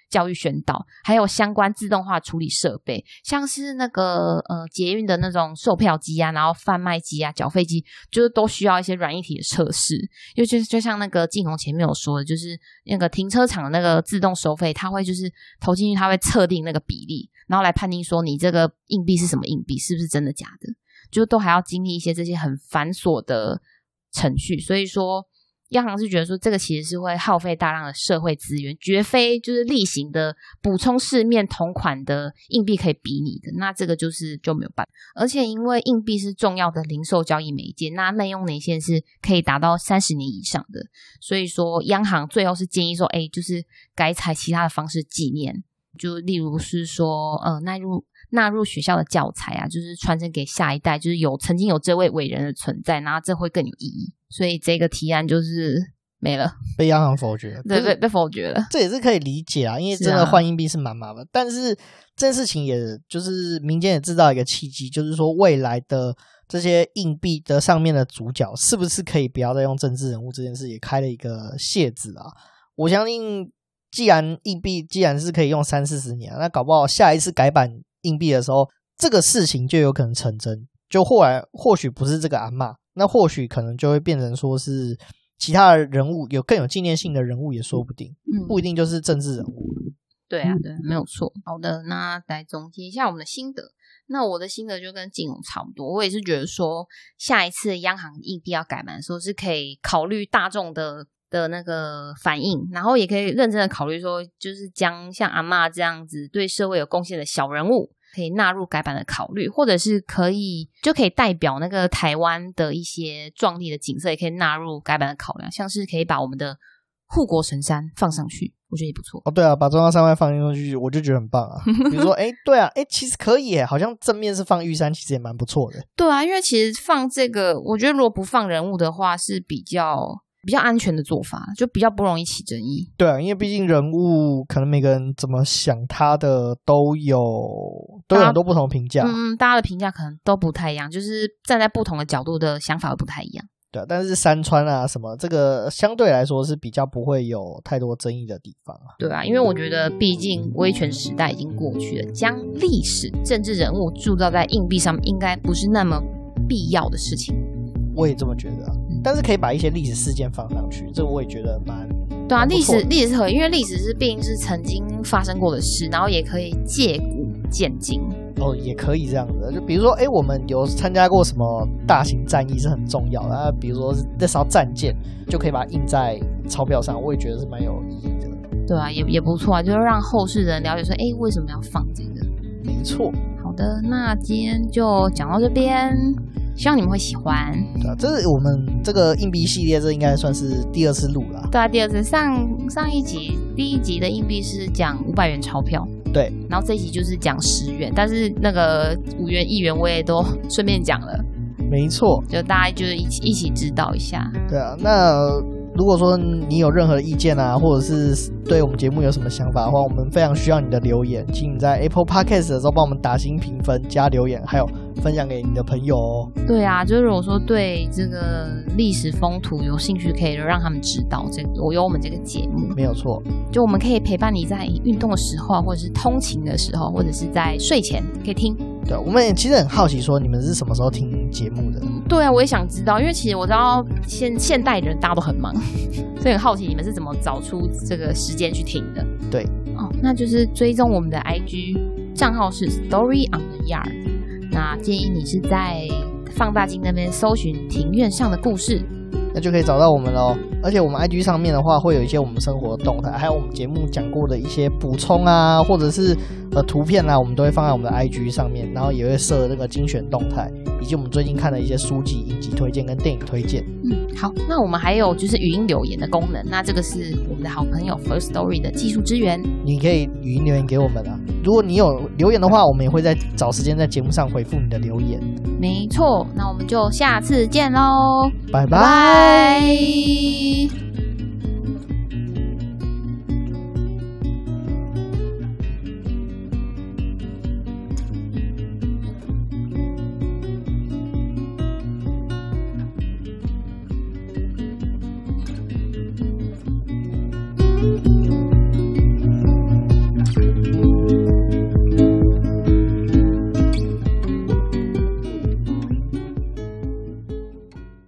教育宣导，还有相关自动化处理设备，像是那个捷运的那种售票机啊，然后贩卖机啊，缴费机，就是都需要一些软硬体的测试。就像那个静红前面有说的，就是那个停车场的那个自动收费，它会就是投进去，它会测定那个比例，然后来判定说你这个硬币是什么硬币，是不是真的假的，就都还要经历一些这些很繁琐的程序。所以说央行是觉得说这个其实是会耗费大量的社会资源，绝非就是例行的补充市面同款的硬币可以比拟的，那这个就没有办法。而且因为硬币是重要的零售交易媒介，那内用年限是可以达到30年以上的，所以说央行最后是建议说就是改采其他的方式纪念，就例如是说纳入学校的教材啊，就是传承给下一代，就是曾经有这位伟人的存在，然后这会更有意义。所以这个提案就是没了， 被央行否决了。 对，被否决了。 这也是可以理解啊，因为真的换硬币是蛮麻烦。但是这件事情也就是民间也制造一个契机，就是说未来的这些硬币的上面的主角是不是可以不要再用政治人物这件事，也开了一个楔子啊。我相信既然硬币既然是可以用30-40年，那搞不好下一次改版硬币的时候，这个事情就有可能成真，就或许不是这个阿嬷，那或许可能就会变成说是其他的人物，更有纪念性的人物也说不定，不一定就是政治人物。 对啊，对，没有错。好的，那来总结一下我们的心得。那我的心得就跟金融差不多，我也是觉得说下一次央行硬币要改版的时候是可以考虑大众的那个反应，然后也可以认真的考虑说，就是将像阿嬷这样子对社会有贡献的小人物可以纳入改版的考虑，或者是可以代表那个台湾的一些壮丽的景色，也可以纳入改版的考量，像是可以把我们的护国神山放上去，我觉得也不错。 对啊，把中央山脉放进去我就觉得很棒啊。比如说对啊，其实可以耶，好像正面是放玉山，其实也蛮不错的。 对啊，因为其实放这个，我觉得如果不放人物的话是比较安全的做法，就比较不容易起争议。 对啊，因为毕竟人物可能每个人怎么想他的都有很多不同的评价。 大家的评价可能都不太一样，就是站在不同的角度的想法会不太一样。 对啊，但是山川啊什么，这个相对来说是比较不会有太多争议的地方啊。 对啊，因为我觉得毕竟威权时代已经过去了，将历史政治人物铸造在硬币上面应该不是那么必要的事情。 我也这么觉得啊，但是可以把一些历史事件放上去，这个我也觉得蛮对啊，历史是可以，因为历史毕竟是曾经发生过的事，然后也可以借古鉴今。 也可以这样的，就比如说我们有参加过什么大型战役是很重要的，比如说那艘战舰就可以把它印在钞票上，我也觉得是蛮有意义的。 对啊，也不错啊，就是让后世的人了解说为什么要放这个。 没错。好的，那今天就讲到这边，希望你们会喜欢。 对啊，这是我们这个硬币系列，这应该算是第2次录了。 对啊，第2次。上一集第1集的硬币是讲500元钞票， 对， 然后这一集就是讲10元，但是那个5元1元我也都顺便讲了。 没错， 就大家就是一起知道一下。 对啊，那如果说你有任何的意见啊，或者是对我们节目有什么想法的话，我们非常需要你的留言，请你在 Apple Podcast 的时候帮我们打星评分加留言，还有分享给你的朋友哦。对啊，就是如果说对这个历史风土有兴趣，可以让他们知道有我们这个节目。 没有错，就我们可以陪伴你在运动的时候，或者是通勤的时候，或者是在睡前可以听。对， 我们也其实很好奇说你们是什么时候听节目的。 对啊，我也想知道，因为其实我知道现代人大家都很忙，所以很好奇你们是怎么找出这个时间去听的。 对那就是追踪我们的 IG 账号是 Story on the Yard， 那建议你是在放大镜那边搜寻庭院上的故事， 那就可以找到我们咯。而且我们 IG 上面的话会有一些我们生活的动态，还有我们节目讲过的一些补充啊，或者是图片啊，我们都会放在我们的 IG 上面，然后也会设那个精选动态，以及我们最近看的一些书籍、影集推荐跟电影推荐。 好，那我们还有就是语音留言的功能，那这个是我们的好朋友 First Story 的技术支援，你可以语音留言给我们啊。如果你有留言的话，我们也会在找时间在节目上回复你的留言。 没错，那我们就下次见咯， 拜拜。